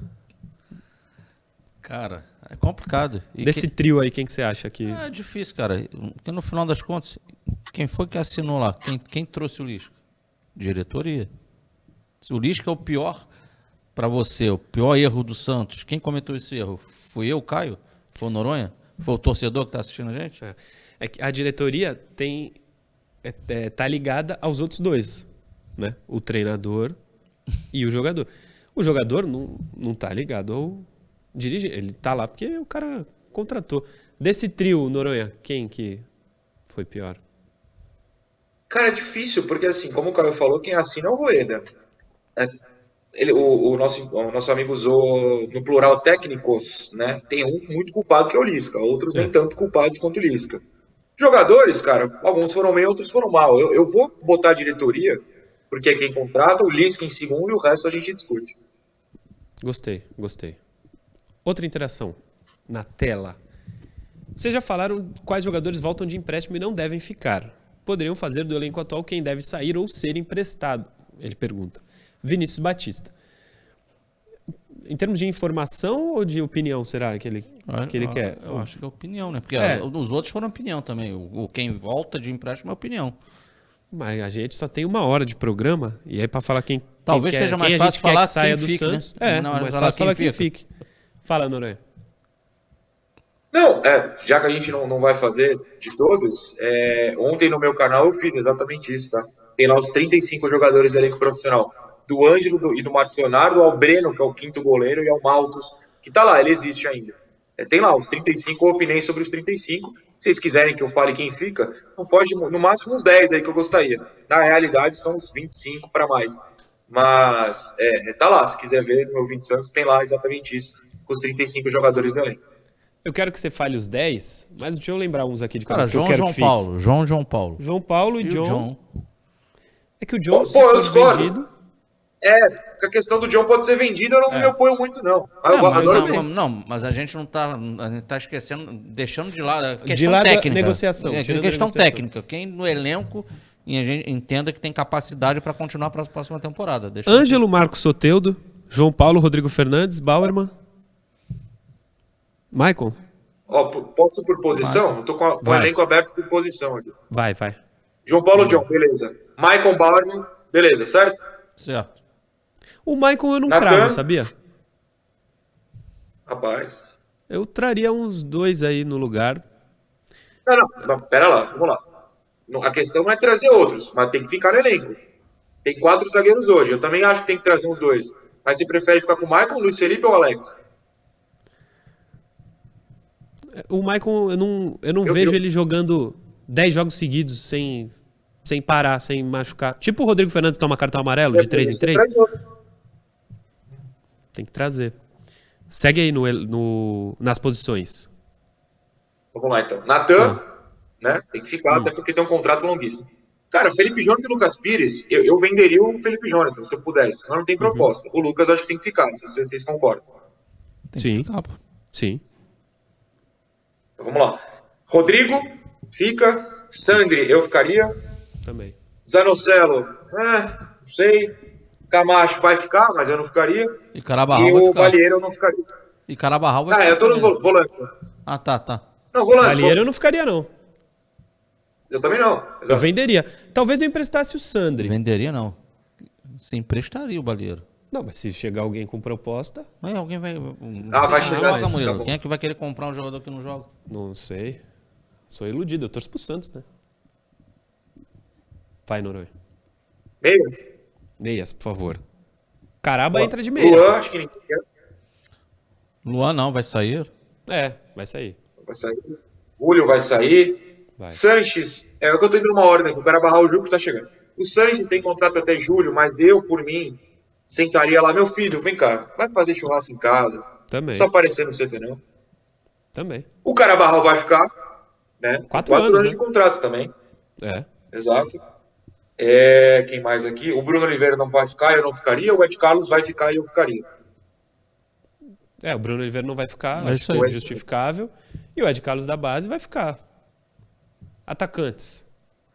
Cara, é complicado. E Desse que... trio aí, quem que você acha que... É difícil, cara. Porque no final das contas, quem foi que assinou lá? Quem, quem trouxe o Lisca? Diretoria. Se o Lisca é o pior para você, o pior erro do Santos, quem cometeu esse erro? Fui eu, Caio? Foi o Noronha? Foi o torcedor que está assistindo a gente? É. É que a diretoria tem... É, é, tá ligada aos outros dois, né? O treinador... e o jogador. O jogador não, não tá ligado ao dirigir. Ele tá lá porque o cara contratou. Desse trio, Noronha, quem que foi pior? Cara, é difícil, porque assim, como o Caio falou, quem assina é o Rueda. É, ele, o, o, nosso, o nosso amigo usou no plural técnicos, né? Tem um muito culpado que é o Lisca, outros é. nem tanto culpados quanto o Lisca. Jogadores, cara, alguns foram bem, outros foram mal. Eu, eu vou botar a diretoria... porque é quem contrata, o Lisca em segundo e o resto a gente discute. Gostei, gostei. Outra interação na tela. Vocês já falaram quais jogadores voltam de empréstimo e não devem ficar. Poderiam fazer do elenco atual quem deve sair ou ser emprestado? Ele pergunta. Vinícius Batista. Em termos de informação ou de opinião, será que ele, que ele eu, quer? Eu acho que é opinião, né? Porque é. os outros foram opinião também. O, quem volta de empréstimo é opinião. Mas a gente só tem uma hora de programa, e aí para falar quem, Talvez quem seja quer, mais quem fácil a gente falar quer que saia do fique, Santos. Né? É, não, mais falar fácil falar quem quem fique. Fala, Noronha. Não, é, já que a gente não, não vai fazer de todos, é, ontem no meu canal eu fiz exatamente isso, tá? Tem lá os trinta e cinco jogadores do elenco profissional. Do Ângelo do, e do Marcos Leonardo ao Breno, que é o quinto goleiro, e ao Maltos, que tá lá, ele existe ainda. É, tem lá os trinta e cinco, eu opinei sobre os trinta e cinco. Se vocês quiserem que eu fale quem fica, não foge no máximo uns dez aí que eu gostaria. Na realidade são uns vinte e cinco para mais. Mas é, tá lá, se quiser ver no meu vinte Santos, tem lá exatamente isso, com os trinta e cinco jogadores do elenco. Eu quero que você fale os dez, mas deixa eu lembrar uns aqui de cara, que João, eu quero João que Paulo, fique. João, João Paulo. João Paulo e, e John. John. É que o John, pô, pô, eu discordo. Vendido... É, a questão do John pode ser vendido, eu não é. me oponho muito, não. Não, eu mas, não, não, mas a gente não tá, a gente tá esquecendo, deixando de lado a questão de lado técnica. Negociação. É, questão negociação. técnica. Quem no elenco e a gente entenda que tem capacidade para continuar para a próxima temporada. Deixa Ângelo Marcos Soteldo, João Paulo, Rodrigo Fernandes, Bauerman, Maicon. Ó, posso por posição? Eu tô com, a, com o elenco aberto por posição aqui. Vai, vai. João Paulo, John, beleza. Maicon, Bauerman, beleza, certo? Certo. O Maicon eu não Natan. cravo, sabia? Rapaz. Eu traria uns dois aí no lugar. Não, não, não, pera lá, vamos lá. A questão não é trazer outros, mas tem que ficar no elenco. Tem quatro zagueiros hoje. Eu também acho que tem que trazer uns dois. Mas você prefere ficar com o Maicon, o Luiz Felipe ou o Alex? O Maicon, eu não, eu não eu, vejo eu... ele jogando dez jogos seguidos sem, sem parar, sem machucar. Tipo o Rodrigo Fernandes toma cartão amarelo de três em três. Tem que trazer. Segue aí no, no, nas posições. Vamos lá, então. Natan, hum. né? Tem que ficar, hum. até porque tem um contrato longuíssimo. Cara, Felipe Jonathan e Lucas Pires, eu, eu venderia o Felipe Jonathan, se eu pudesse. Senão não tem proposta. Uhum. O Lucas acho que tem que ficar, não sei se vocês concordam. Tem Sim. Que ficar. Sim. Então vamos lá. Rodrigo, fica. Sangri, eu ficaria. Também. Zanocelo, ah, não sei. Camacho vai ficar, mas eu não ficaria. E Carabarral E vai o ficar. Balieiro eu não ficaria. E Carabarral vai ah, ficar. Ah, eu tô nos volantes. Ah, tá, tá. Não, volantes. Balieiro eu não ficaria, não. Eu também não. Exato. Eu venderia. Talvez eu emprestasse o Sandri. Venderia, não. Você emprestaria o Balieiro. Não, mas se chegar alguém com proposta... Mas alguém vai... Ah, vai chegar joga, Murilo. Tá Quem é que vai querer comprar um jogador que não joga? Não sei. Sou iludido. Eu torço pro Santos, né? Vai, Noronha. Meias? Meias, por favor. Caraba Luan. entra de meia. Luan, acho que ninguém quer. Luan não, vai sair? É, vai sair. Vai sair. Julio vai sair. Vai. Sanches, é o que eu tô indo numa ordem, que o cara barrar o jogo que tá chegando. O Sanches tem contrato até julho, mas eu, por mim, sentaria lá, meu filho, vem cá, vai fazer churrasco em casa. Também. Só aparecer no C T, não. Também. O Carabarral vai ficar, né? Quatro, Quatro anos, anos né? de contrato também. É. Exato. É, quem mais aqui? O Bruno Oliveira não vai ficar, eu não ficaria. O Ed Carlos vai ficar e eu ficaria. É, o Bruno Oliveira não vai ficar, é acho que é justificável. E o Ed Carlos da base vai ficar. Atacantes.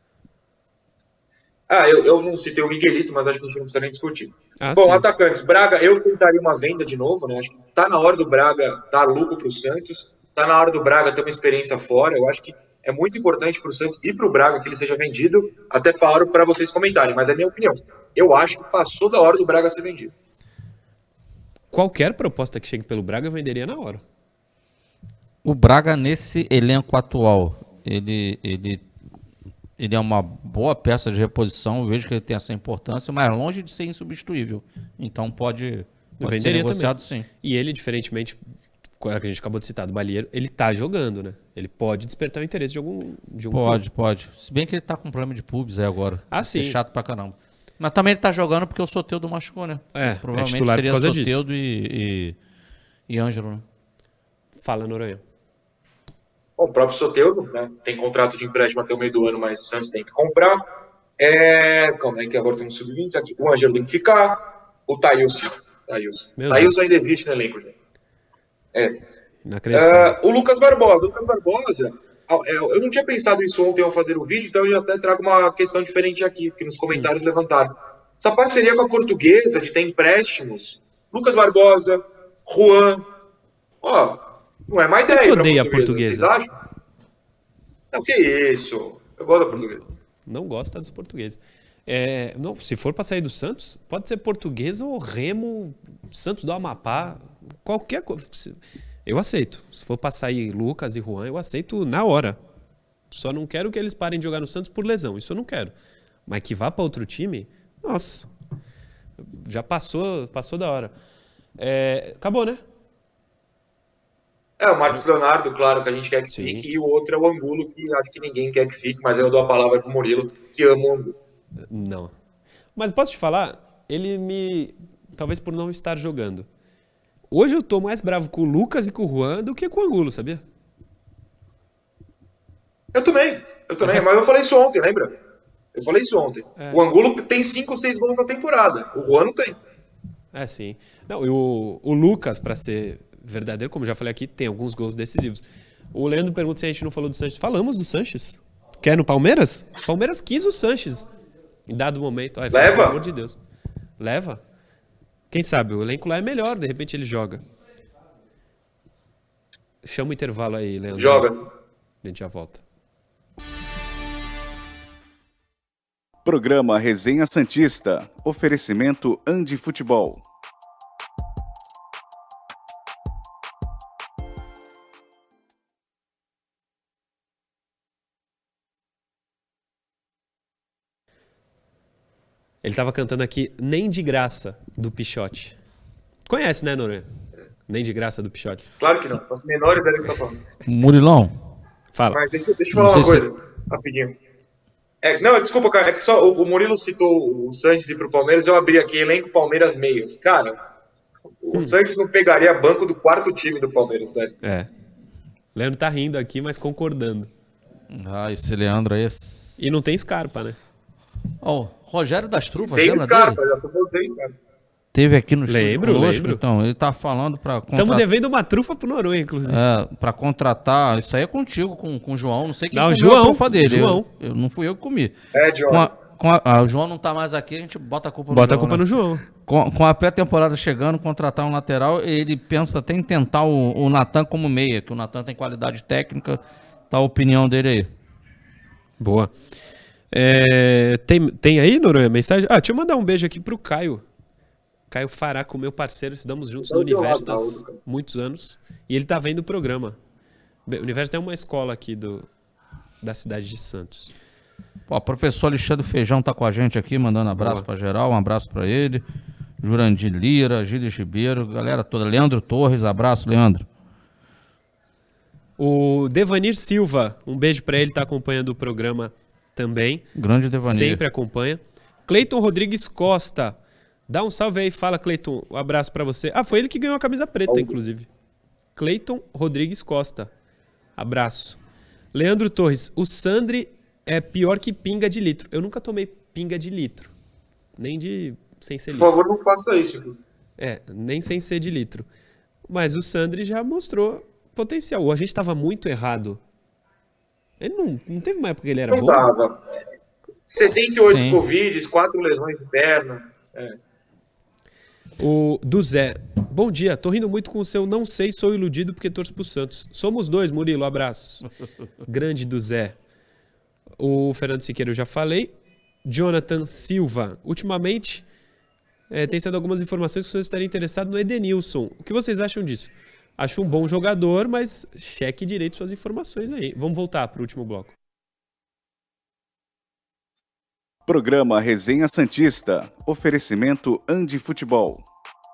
Ah, eu, eu não citei o Miguelito, mas acho que a gente não precisa nem discutir. Ah, Bom, sim. atacantes. Braga, eu tentaria uma venda de novo, né? Acho que tá na hora do Braga dar lucro pro Santos. Tá na hora do Braga ter uma experiência fora. Eu acho que é muito importante pro Santos e pro Braga que ele seja vendido. Até paro para vocês comentarem, mas é a minha opinião. Eu acho que passou da hora do Braga ser vendido. Qualquer proposta que chegue pelo Braga eu venderia na hora. O Braga, nesse elenco atual, ele, ele, ele é uma boa peça de reposição. Eu vejo que ele tem essa importância, mas longe de ser insubstituível. Então pode, pode ser negociado, também. Sim. E ele, diferentemente, que a gente acabou de citar, do Balieiro, ele tá jogando, né? Ele pode despertar o interesse de algum... De um pode, clube. Pode. Se bem que ele tá com problema de pubis aí agora. Ah, sim. Vai ser chato pra caramba. Mas também ele tá jogando porque o Soteldo machucou, né? É, provavelmente é titular seria por causa Soteldo disso. e, e, e Ângelo, né? Fala, Noronha. Bom, o próprio Soteldo, né? Tem contrato de empréstimo até o meio do ano, mas o Santos tem que comprar. É... Calma aí que agora tem um sub vinte aqui. O Ângelo tem que ficar. O Thailson. Thailson. Thailson ainda existe no elenco, gente. É. Uh, o Lucas Barbosa. O Lucas Barbosa, eu não tinha pensado isso ontem ao fazer o vídeo, então eu até trago uma questão diferente aqui, que nos comentários hum. levantaram. Essa parceria com a Portuguesa, de ter empréstimos, Lucas Barbosa, Juan, ó, não é má ideia. Eu odeio a Portuguesa. Vocês acham? Não, que isso. Eu gosto da Portuguesa. Não gosto dos portugueses. É, não, se for para sair do Santos, pode ser Portuguesa ou Remo, Santos do Amapá, qualquer coisa. Eu aceito. Se for para sair Lucas e Juan, eu aceito na hora. Só não quero que eles parem de jogar no Santos por lesão. Isso eu não quero. Mas que vá para outro time, nossa. Já passou, passou da hora. É, acabou, né? É, o Marcos Leonardo, claro, que a gente quer que Sim. fique. E o outro é o Angulo, que acho que ninguém quer que fique. Mas eu dou a palavra pro Murilo, que ama o Angulo. Não. Mas posso te falar? Ele me... Talvez por não estar jogando. Hoje eu tô mais bravo com o Lucas e com o Juan do que com o Angulo, sabia? Eu também, eu também, mas eu falei isso ontem, lembra? Eu falei isso ontem. É. O Angulo tem cinco ou seis gols na temporada, o Juan não tem. É, sim. Não, e o, o Lucas, para ser verdadeiro, como já falei aqui, tem alguns gols decisivos. O Leandro pergunta se a gente não falou do Sanches. Falamos do Sanches. Quer no Palmeiras? Palmeiras quis o Sanches em dado momento. Ai, Leva? Pelo amor de Deus. Leva? Quem sabe? O elenco lá é melhor, de repente ele joga. Chama o intervalo aí, Leandro. Joga. A gente já volta. Programa Resenha Santista. Oferecimento Andi Futebol. Ele tava cantando aqui Nem de Graça, do Pichote. Conhece, né, Noronha? Nem de Graça, do Pichote. Claro que não. Faço menor ideia do que você tá falando. Murilão. Fala. Mas deixa, deixa eu falar uma coisa, se... rapidinho. É, não, desculpa, cara. É que só o, o Murilo citou o Sanches ir pro Palmeiras, eu abri aqui, elenco Palmeiras meias. Cara, o hum. Sanches não pegaria banco do quarto time do Palmeiras, sério. É. O Leandro tá rindo aqui, mas concordando. Ah, esse Leandro aí... É... E não tem Scarpa, né? Ó, oh, Rogério das Trufas, sem Scarpa, já tô falando sem Scarpa. Teve aqui no lembro, conosco, lembro. Então, ele tá falando para contratar... Estamos devendo uma trufa pro Noronha, inclusive. É, para contratar... Isso aí é contigo, com, com o João. Não sei quem não, comeu João, a trufa dele. João. Eu, eu, não fui eu que comi. É, João. Com a, com a, ah, o João não tá mais aqui, a gente bota a culpa no bota João. Bota a culpa né? no João. Com, com a pré-temporada chegando, contratar um lateral, ele pensa até em tentar o, o Natan como meia, que o Natan tem qualidade técnica. Tá a opinião dele aí. Boa. É, tem, tem aí, Noronha, mensagem? Ah, deixa eu mandar um beijo aqui pro Caio. Caio Faraco, meu parceiro, estudamos juntos no Universitas muitos anos. E ele tá vendo o programa. O Universitas é uma escola aqui do, da cidade de Santos. Pô, o professor Alexandre Feijão tá com a gente aqui, mandando abraço para geral, um abraço para ele. Jurandir Lira, Gilles Ribeiro, galera toda. Leandro Torres, abraço, Leandro. O Devanir Silva, um beijo para ele, tá acompanhando o programa também. Grande Devanir. Sempre acompanha. Cleiton Rodrigues Costa. Dá um salve aí, fala, Cleiton. Um abraço pra você. Ah, foi ele que ganhou a camisa preta, inclusive. Cleiton Rodrigues Costa. Abraço. Leandro Torres. O Sandri é pior que pinga de litro. Eu nunca tomei pinga de litro. Nem de... sem ser litro. Por favor, não faça isso. É, nem sem ser de litro. Mas o Sandri já mostrou potencial. A gente tava muito errado. Ele não, não teve uma época que ele era não bom? Não tava. setenta e oito Sim. Covid, quatro lesões de perna. É. O do Zé. Bom dia, tô rindo muito com o seu não sei, sou iludido porque torço pro Santos. Somos dois, Murilo, abraços. Grande do Zé. O Fernando Siqueira eu já falei. Jonathan Silva. Ultimamente, é, tem sido algumas informações que vocês estariam interessados no Edenilson. O que vocês acham disso? Acho um bom jogador, mas cheque direito suas informações aí. Vamos voltar pro último bloco. Programa Resenha Santista. Oferecimento Andi Futebol.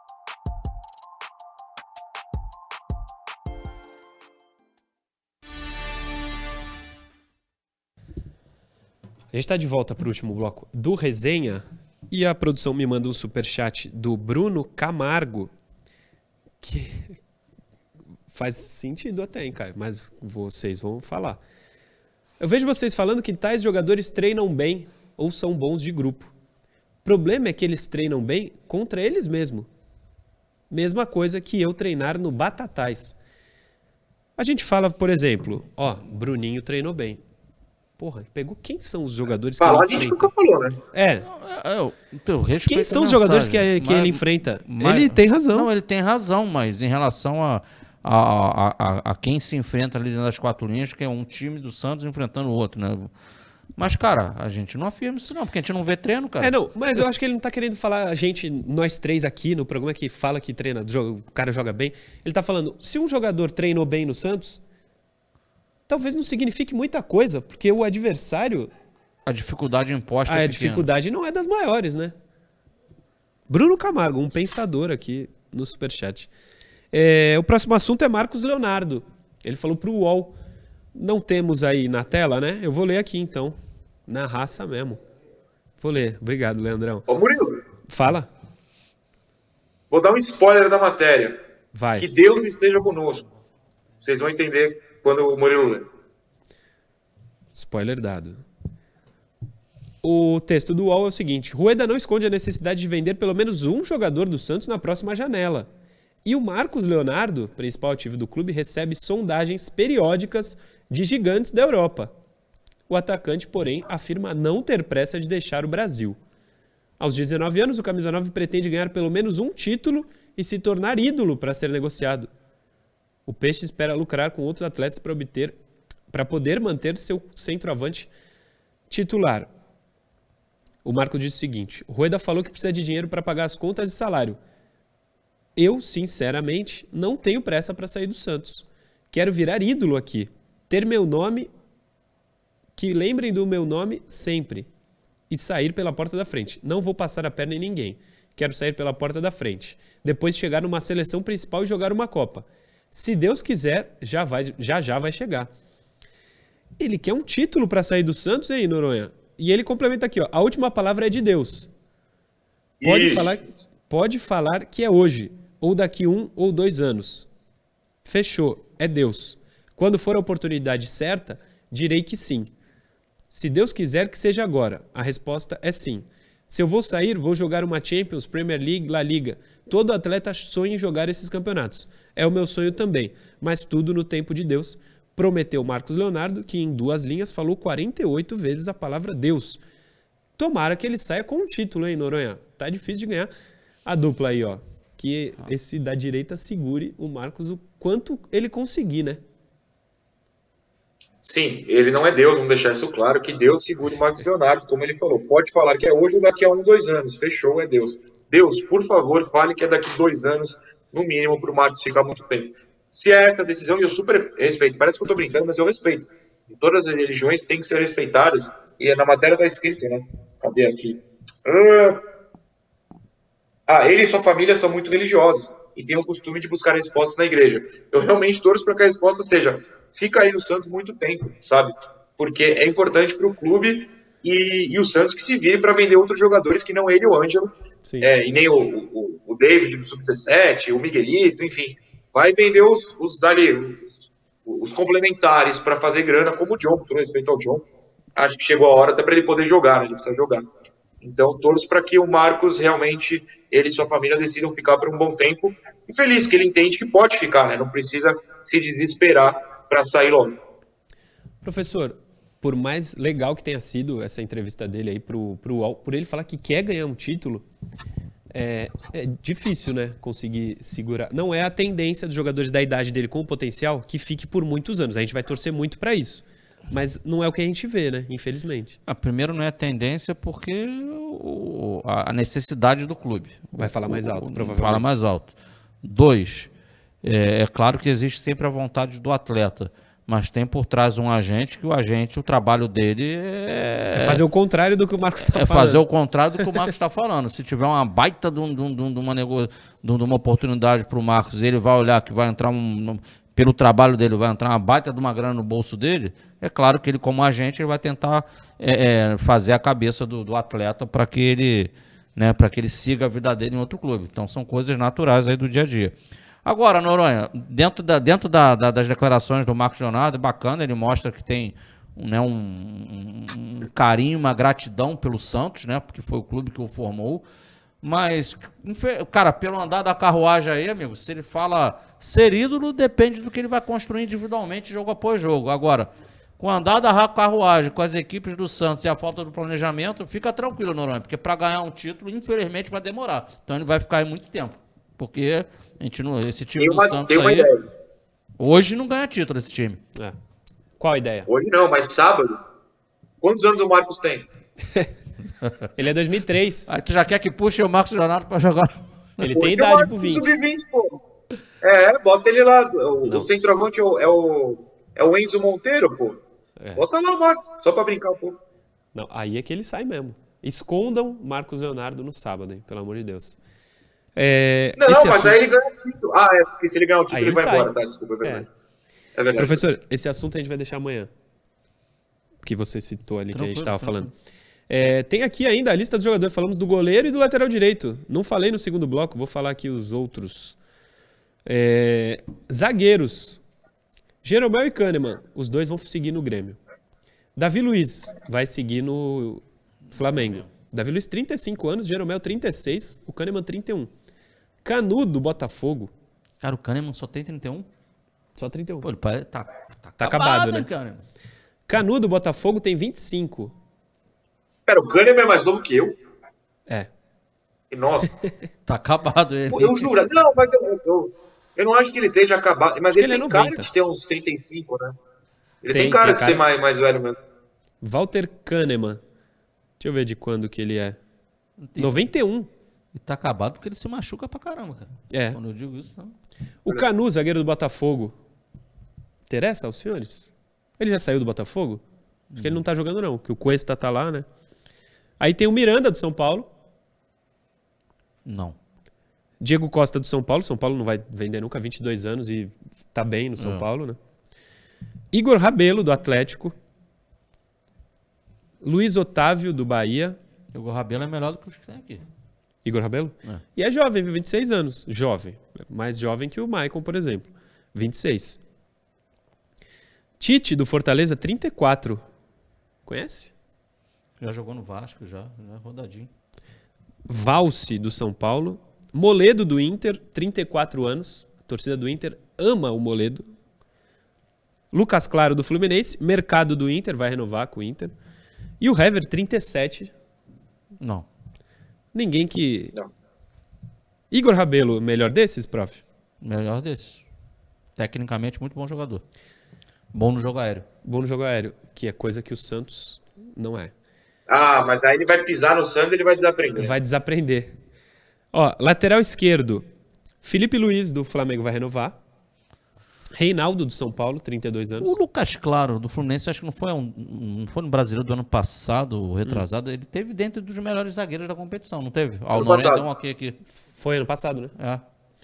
A gente está de volta para o último bloco do Resenha e a produção me manda um superchat do Bruno Camargo, que faz sentido até, hein, Caio? Mas vocês vão falar. Eu vejo vocês falando que tais jogadores treinam bem ou são bons de grupo. O problema é que eles treinam bem contra eles mesmos. Mesma coisa que eu treinar no Batatais. A gente fala, por exemplo, ó, Bruninho treinou bem. Porra, pegou quem são os jogadores que Falar, ele a gente enfrenta? nunca falou, né? É. Eu, eu respeito Quem são a os jogadores que, mensagem, que mas- ele enfrenta? mas- ele tem razão. Não, ele tem razão, mas em relação a, a, a, a, a quem se enfrenta ali dentro das quatro linhas, que é um time do Santos enfrentando o outro, né? Mas, cara, a gente não afirma isso não, porque a gente não vê treino, cara. É, não, mas eu acho que ele não tá querendo falar, a gente, nós três aqui no programa que fala que treina, o cara joga bem. Ele tá falando, se um jogador treinou bem no Santos, talvez não signifique muita coisa, porque o adversário, A dificuldade imposta a é pequena. dificuldade não é das maiores, né? Bruno Camargo, um pensador aqui no Superchat. É, o próximo assunto é Marcos Leonardo. Ele falou pro U O L. Não temos aí na tela, né? Eu vou ler aqui, então. Na raça mesmo. Vou ler. Obrigado, Leandrão. Ô, Murilo, Fala. vou dar um spoiler da matéria. Vai. Que Deus esteja conosco. Vocês vão entender quando o Murilo lê. Spoiler dado. O texto do U O L é o seguinte. Rueda não esconde a necessidade de vender pelo menos um jogador do Santos na próxima janela. E o Marcos Leonardo, principal ativo do clube, recebe sondagens periódicas de gigantes da Europa. O atacante, porém, afirma não ter pressa de deixar o Brasil. Aos dezenove anos, o camisa nove pretende ganhar pelo menos um título e se tornar ídolo para ser negociado. O Peixe espera lucrar com outros atletas para obter, para poder manter seu centroavante titular. O Marco disse o seguinte: o Rueda falou que precisa de dinheiro para pagar as contas de salário. Eu, sinceramente, não tenho pressa para sair do Santos. Quero virar ídolo aqui. Ter meu nome... Que lembrem do meu nome sempre. e sair pela porta da frente. Não vou passar a perna em ninguém. Quero sair pela porta da frente. Depois chegar numa seleção principal e jogar uma Copa. Se Deus quiser, já vai, já, já vai chegar. Ele quer um título para sair do Santos, hein, Noronha? E ele complementa aqui, ó. A última palavra é de Deus. Pode falar, pode falar que é hoje, ou daqui um ou dois anos. Fechou, é Deus. Quando for a oportunidade certa, direi que sim. Se Deus quiser que seja agora, a resposta é sim. Se eu vou sair, vou jogar uma Champions, Premier League, La Liga. Todo atleta sonha em jogar esses campeonatos. É o meu sonho também, mas tudo no tempo de Deus. Prometeu Marcos Leonardo, que em duas linhas falou quarenta e oito vezes a palavra Deus. Tomara que ele saia com um título, hein, Noronha? Tá difícil de ganhar. A dupla aí, ó. Que esse da direita segure o Marcos o quanto ele conseguir, né? Sim, ele não é Deus, vamos deixar isso claro, que Deus segure o Marcos Leonardo, como ele falou. Pode falar que é hoje ou daqui a um, dois anos. Fechou, é Deus. Deus, por favor, fale que é daqui a dois anos, no mínimo, para o Marcos ficar muito tempo. Se é essa decisão, e eu super respeito, parece que eu estou brincando, mas eu respeito. Todas as religiões têm que ser respeitadas, e na matéria está escrito, né? Cadê aqui? Ah, ele e sua família são muito religiosos, e têm o costume de buscar respostas na igreja. Eu realmente torço para que a resposta seja, fica aí no Santos muito tempo, sabe? Porque é importante para o clube e, e o Santos que se vire para vender outros jogadores que não ele e o Ângelo, é, e nem o, o, o David do sub dezessete, o Miguelito, enfim. Vai vender os, os, dali, os, os complementares para fazer grana, como o John, com todo respeito ao John. Acho que chegou a hora até para ele poder jogar, né? Ele precisa jogar. Então, torço para que o Marcos realmente, ele e sua família decidam ficar por um bom tempo. E feliz que ele entende que pode ficar, né? Não precisa se desesperar para sair logo. Professor, por mais legal que tenha sido essa entrevista dele aí pro, pro U O L, por ele falar que quer ganhar um título, é, é difícil, né? Conseguir segurar. Não é a tendência dos jogadores da idade dele com o potencial que fique por muitos anos. A gente vai torcer muito para isso. Mas não é o que a gente vê, né? Infelizmente. Ah, primeiro, não é tendência porque o, a necessidade do clube. Vai falar mais alto, o, provavelmente. Fala mais alto. Dois, é, é claro que existe sempre a vontade do atleta, mas tem por trás um agente que o agente, o trabalho dele é... É fazer o contrário do que o Marcos está é falando. É fazer o contrário do que o Marcos está falando. Se tiver uma baita de, um, de, um, de, uma, nego... de uma oportunidade para o Marcos, ele vai olhar que vai entrar um... pelo trabalho dele, vai entrar uma baita de uma grana no bolso dele, é claro que ele, como agente, ele vai tentar é, é, fazer a cabeça do, do atleta para que ele, né, para que ele siga a vida dele em outro clube. Então, são coisas naturais aí do dia a dia. Agora, Noronha, dentro, da, dentro da, da, das declarações do Marcos Leonardo, é bacana, ele mostra que tem, né, um, um, um carinho, uma gratidão pelo Santos, né, porque foi o clube que o formou. Mas, cara, pelo andar da carruagem aí, amigo, se ele fala ser ídolo, depende do que ele vai construir individualmente, jogo após jogo. Agora, com o andar da carruagem, com as equipes do Santos e a falta do planejamento, fica tranquilo, Noronha, porque para ganhar um título, infelizmente, vai demorar. Então ele vai ficar aí muito tempo. Porque a gente não, esse time uma, do Santos aí, ideia. Hoje não ganha título esse time. É. Qual a ideia? Hoje não, mas sábado. Quantos anos o Marcos tem? Ele é dois mil e três. Aí tu já quer que puxe o Marcos Leonardo para jogar? Ele tem idade pro vinte. sub vinte, pô. É, bota ele lá. O, o centroavante é o, é, o, é o Enzo Monteiro, pô. É. Bota lá o Marcos, só pra brincar um pouco. Não, aí é que ele sai mesmo. Escondam Marcos Leonardo no sábado, hein? Pelo amor de Deus. É, não, mas assunto... aí ele ganha o título. Ah, é, porque se ele ganhar o título, ele, ele vai sai. embora, tá? Desculpa, é verdade. É. é verdade. Professor, esse assunto a gente vai deixar amanhã. Que você citou ali, tranquilo, que a gente estava falando. É, tem aqui ainda a lista dos jogadores. Falamos do goleiro e do lateral direito. Não falei no segundo bloco, vou falar aqui os outros. É, zagueiros. Jeromel e Kahneman. Os dois vão seguir no Grêmio. Davi Luiz vai seguir no Flamengo. Davi Luiz, trinta e cinco anos. Jeromel, trinta e seis. O Kahneman, trinta e um. Canu, do Botafogo. Cara, o Kahneman só tem trinta e um? Só trinta e um. Pô, ele tá, tá, tá acabado, acabado, né? Kahneman. Canu, do Botafogo, tem vinte e cinco. Pera, o Kahneman é mais novo que eu? É. Nossa. Tá acabado ele. Pô, eu juro. Não, mas eu, eu, eu não acho que ele esteja acabado. Mas ele, ele tem é cara de ter uns trinta e cinco, né? Ele tem, tem cara tem de cara... ser mais, mais velho mesmo. Walter Kahneman. Deixa eu ver de quando que ele é. noventa e um. E tá acabado porque ele se machuca pra caramba, cara. É. Quando eu digo isso, não. O Canu, zagueiro do Botafogo. Interessa aos senhores? Ele já saiu do Botafogo? Acho hum. que ele não tá jogando, não. Que o Cuesta tá lá, né? Aí tem o Miranda, do São Paulo. Não. Diego Costa, do São Paulo. São Paulo não vai vender nunca, vinte e dois anos e tá bem no São é. Paulo, né? Igor Rabelo, do Atlético. Luiz Otávio, do Bahia. Igor Rabelo é melhor do que os que tem aqui. Igor Rabelo? É. E é jovem, vinte e seis anos. Jovem. Mais jovem que o Maicon, por exemplo. vinte e seis. Tite, do Fortaleza, trinta e quatro. Conhece? Já jogou no Vasco, já. Já rodadinho. Valse, do São Paulo. Moledo, do Inter, trinta e quatro anos. A torcida do Inter ama o Moledo. Lucas Claro, do Fluminense. Mercado, do Inter, vai renovar com o Inter. E o Hever, trinta e sete. Não. Ninguém que... Não. Igor Rabelo, melhor desses, prof? Melhor desses. Tecnicamente, muito bom jogador. Bom no jogo aéreo. Bom no jogo aéreo, que é coisa que o Santos não é. Ah, mas aí ele vai pisar no Santos e ele vai desaprender. Vai desaprender. Ó, lateral esquerdo, Felipe Luiz, do Flamengo, vai renovar. Reinaldo, do São Paulo, trinta e dois anos. O Lucas Claro, do Fluminense, acho que não foi, um, não foi no Brasileiro do ano passado, retrasado. Hum. Ele teve dentro dos melhores zagueiros da competição, não teve? Ah, o Noronha deu um ok aqui. Foi ano passado, né? É.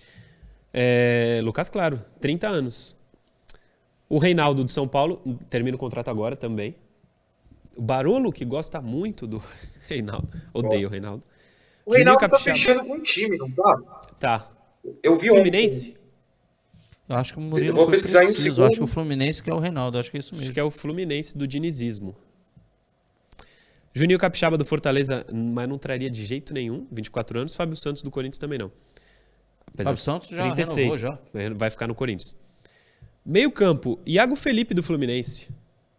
É, Lucas Claro, trinta anos. O Reinaldo, do São Paulo, termina o contrato agora também. O Barolo, que gosta muito do Reinaldo. Odeio o Reinaldo. O Reinaldo Juninho tá Capixaba. Fechando com o time, não tá? Tá. Eu vi Fluminense? Ontem. Eu acho que o Murilo Eu vou pesquisar em um segundo. Eu acho que o Fluminense que é o Reinaldo, acho que é isso mesmo. Acho que é o Fluminense do dinizismo. Juninho Capixaba, do Fortaleza, mas não traria de jeito nenhum, vinte e quatro anos. Fábio Santos, do Corinthians, também não. Apesar Fábio Santos já trinta e seis, renovou já. Vai ficar no Corinthians. Meio campo, Iago Felipe, do Fluminense.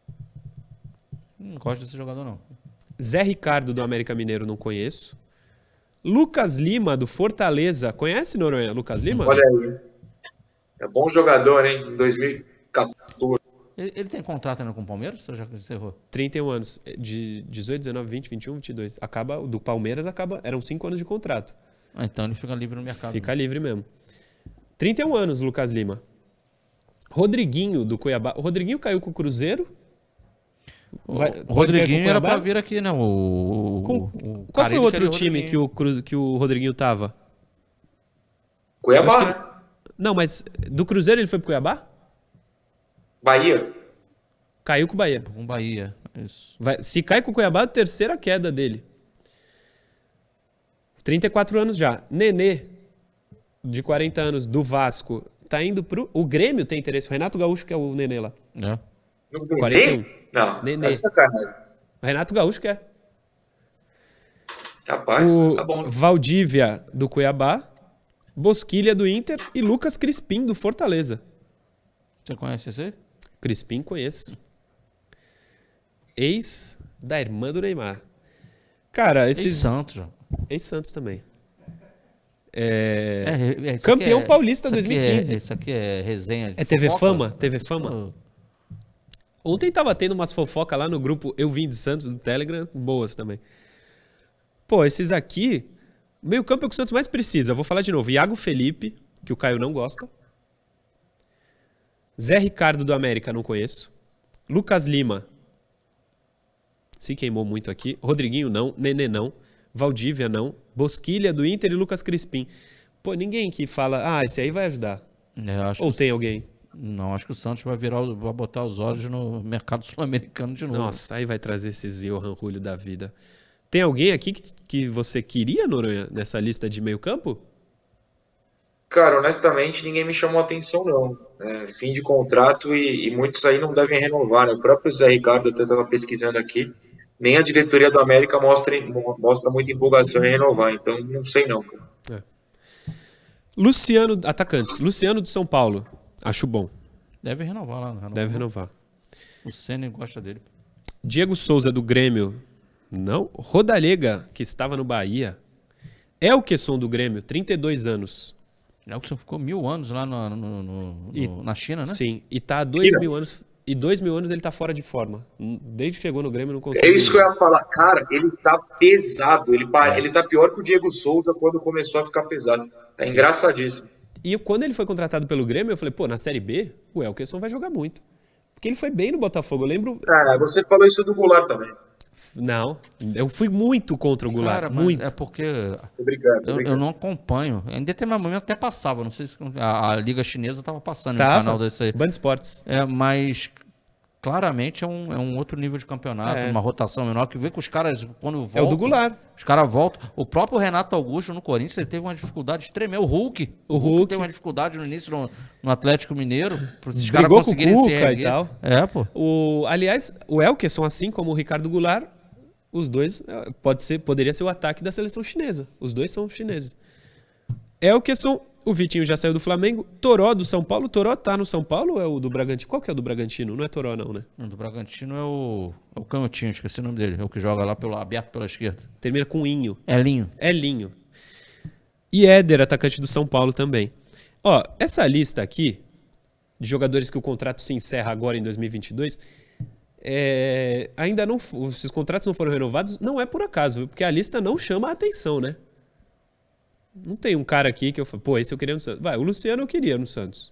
Não gosto desse jogador, não. Zé Ricardo, do América Mineiro, não conheço. Lucas Lima, do Fortaleza. Conhece, Noronha, Lucas Lima? Olha aí. É bom jogador, hein? Em dois mil e quatorze. Ele, ele tem contrato ainda com o Palmeiras ou já encerrou? trinta e um anos. De dezoito, dezenove, vinte, vinte e um, vinte e dois. Acaba, do Palmeiras acaba. Eram cinco anos de contrato. Ah, então ele fica livre no mercado. Fica mesmo. livre mesmo. trinta e um anos, Lucas Lima. Rodriguinho, do Cuiabá. O Rodriguinho caiu com o Cruzeiro. Vai, o Rodriguinho era pra vir aqui, né? O, com, o, o qual foi o outro time que o, Cruz, que o Rodriguinho tava? Cuiabá, que... Não, mas do Cruzeiro ele foi pro Cuiabá? Bahia. Caiu com o Bahia. Com o Bahia, isso. Vai, se cai com o Cuiabá, a terceira queda dele. trinta e quatro anos já. Nenê, de quarenta anos, do Vasco, tá indo pro... O Grêmio tem interesse. O Renato Gaúcho, que é o Nenê lá. É. Não tem? quarenta e um. Não, Nenê. é sacanagem. O Renato Gaúcho quer. Rapaz, o tá bom. Valdívia, do Cuiabá. Bosquilha, do Inter. E Lucas Crispim, do Fortaleza. Você conhece esse aí? Crispim, conheço. Ex da irmã do Neymar. Cara, esses... Ex-Santos, já. Ex-Santos também. É... É, é, Campeão é, paulista isso dois mil e quinze. É, isso aqui é resenha. É T V Fama? T V Fama? Oh. Ontem tava tendo umas fofocas lá no grupo Eu Vim de Santos, do Telegram, boas também. Pô, esses aqui... Meio campo é o que o Santos mais precisa. Eu vou falar de novo. Iago Felipe, que o Caio não gosta. Zé Ricardo, do América, não conheço. Lucas Lima. Se queimou muito aqui. Rodriguinho, não. Nenê, não. Valdívia, não. Bosquilha, do Inter e Lucas Crispim. Pô, ninguém que fala, ah, esse aí vai ajudar. É, acho Ou que... tem alguém? Não, acho que o Santos vai virar, vai botar os olhos no mercado sul-americano de novo. Nossa, aí vai trazer esses Johan Julio da vida. Tem alguém aqui que, que você queria, Noronha, nessa lista de meio campo? Cara, honestamente, ninguém me chamou a atenção, não. É, fim de contrato e, e muitos aí não devem renovar, né? O próprio Zé Ricardo, até estava pesquisando aqui, nem a diretoria do América mostra, mostra muita empolgação em renovar, então não sei não. É. Luciano, atacantes. Luciano do São Paulo, acho bom. Deve renovar lá. Renovar. Deve renovar. O Ceni gosta dele. Diego Souza do Grêmio, não. Rodalega, que estava no Bahia. Elkeson do Grêmio, trinta e dois anos. Elkeson ficou mil anos lá no, no, no, e, na China, né? Sim, e tá há dois mil anos. E dois mil anos ele tá fora de forma. Desde que chegou no Grêmio não conseguiu. É isso que eu ia falar. Cara, ele tá pesado. Ele, é. ele tá pior que o Diego Souza quando começou a ficar pesado. É sim. Engraçadíssimo. E eu, quando ele foi contratado pelo Grêmio, eu falei, pô, na Série B, o Elkeson vai jogar muito. Porque ele foi bem no Botafogo, eu lembro... Ah, você falou isso do Goulart também. Não, eu fui muito contra o Goulart, Cara, muito. É porque obrigado, eu, obrigado. eu não acompanho. Em determinado momento até passava, não sei se a, a Liga Chinesa estava passando Tava, no canal desse aí. Band Esportes. É, mas claramente é um, é um outro nível de campeonato, É. uma rotação menor, que vê que os caras, quando voltam... É o do Goulart. Os caras voltam. O próprio Renato Augusto no Corinthians, ele teve uma dificuldade tremenda. O Hulk. O Hulk. teve uma dificuldade no início no, no Atlético Mineiro. Para esses caras Brigou com o conseguirem se Cuca erguer. e tal. É, pô. O, aliás, o Elkeson, assim como o Ricardo Goulart, os dois, eh, pode ser, poderia ser o ataque da seleção chinesa. Os dois são chineses. Elkeson, o Vitinho já saiu do Flamengo. Toró do São Paulo. Toró tá no São Paulo ou é o do Bragantino? Qual que é o do Bragantino? Não é Toró não, né? O do Bragantino é o, é o Canhotinho, esqueci o nome dele. É o que joga lá pelo, aberto pela esquerda. Termina com Inho. Elinho. Elinho. E Éder, atacante do São Paulo também. Ó, essa lista aqui de jogadores que o contrato se encerra agora em dois mil e vinte e dois, é, ainda não, esses contratos não foram renovados, não é por acaso, viu? Porque a lista não chama a atenção, né? Não tem um cara aqui que eu falo, pô, esse eu queria no Santos. Vai, o Luciano eu queria no Santos.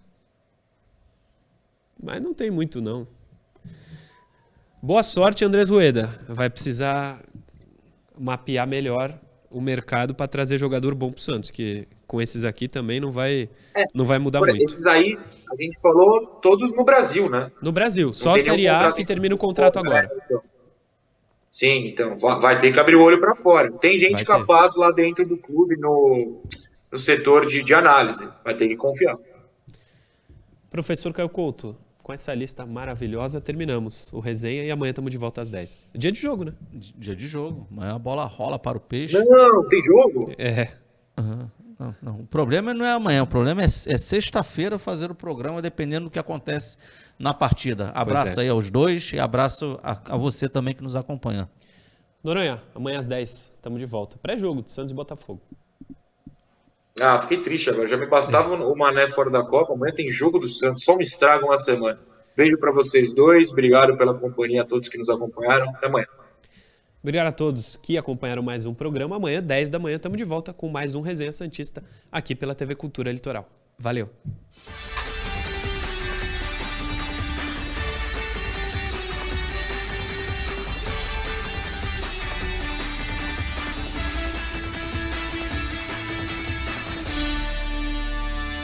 Mas não tem muito, não. Boa sorte, Andrés Rueda. Vai precisar mapear melhor o mercado para trazer jogador bom pro Santos, que com esses aqui também não vai, É, não vai mudar por, muito. Esses aí, a gente falou todos no Brasil, né? No Brasil, Não só a tem nenhum Série A contrato que em termina o São contrato Paulo, agora. né? Então. Sim, então vai, vai ter que abrir o olho para fora. Tem gente Vai ter. capaz lá dentro do clube, no, no setor de, de análise. Vai ter que confiar. Professor Caio Couto, com essa lista maravilhosa, terminamos o resenha e amanhã estamos de volta às dez. Dia de jogo, né? Dia de jogo. Amanhã a bola rola para o Peixe. Não, tem jogo? É. Uhum. Não, não. O problema não é amanhã, o problema é, é sexta-feira fazer o programa, dependendo do que acontece na partida. Abraço é. aí aos dois e abraço a, a você também que nos acompanha. Noronha, amanhã às dez, estamos de volta. Pré-jogo de Santos e Botafogo. Ah, fiquei triste agora. Já me bastava o Mané fora da Copa. Amanhã tem jogo do Santos. Só me estragam a semana. Beijo para vocês dois. Obrigado pela companhia a todos que nos acompanharam. Até amanhã. Obrigado a todos que acompanharam mais um programa. Amanhã, dez da manhã, estamos de volta com mais um Resenha Santista aqui pela T V Cultura Litoral. Valeu!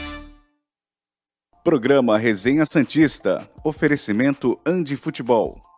Programa Resenha Santista. Oferecimento Andi Futebol.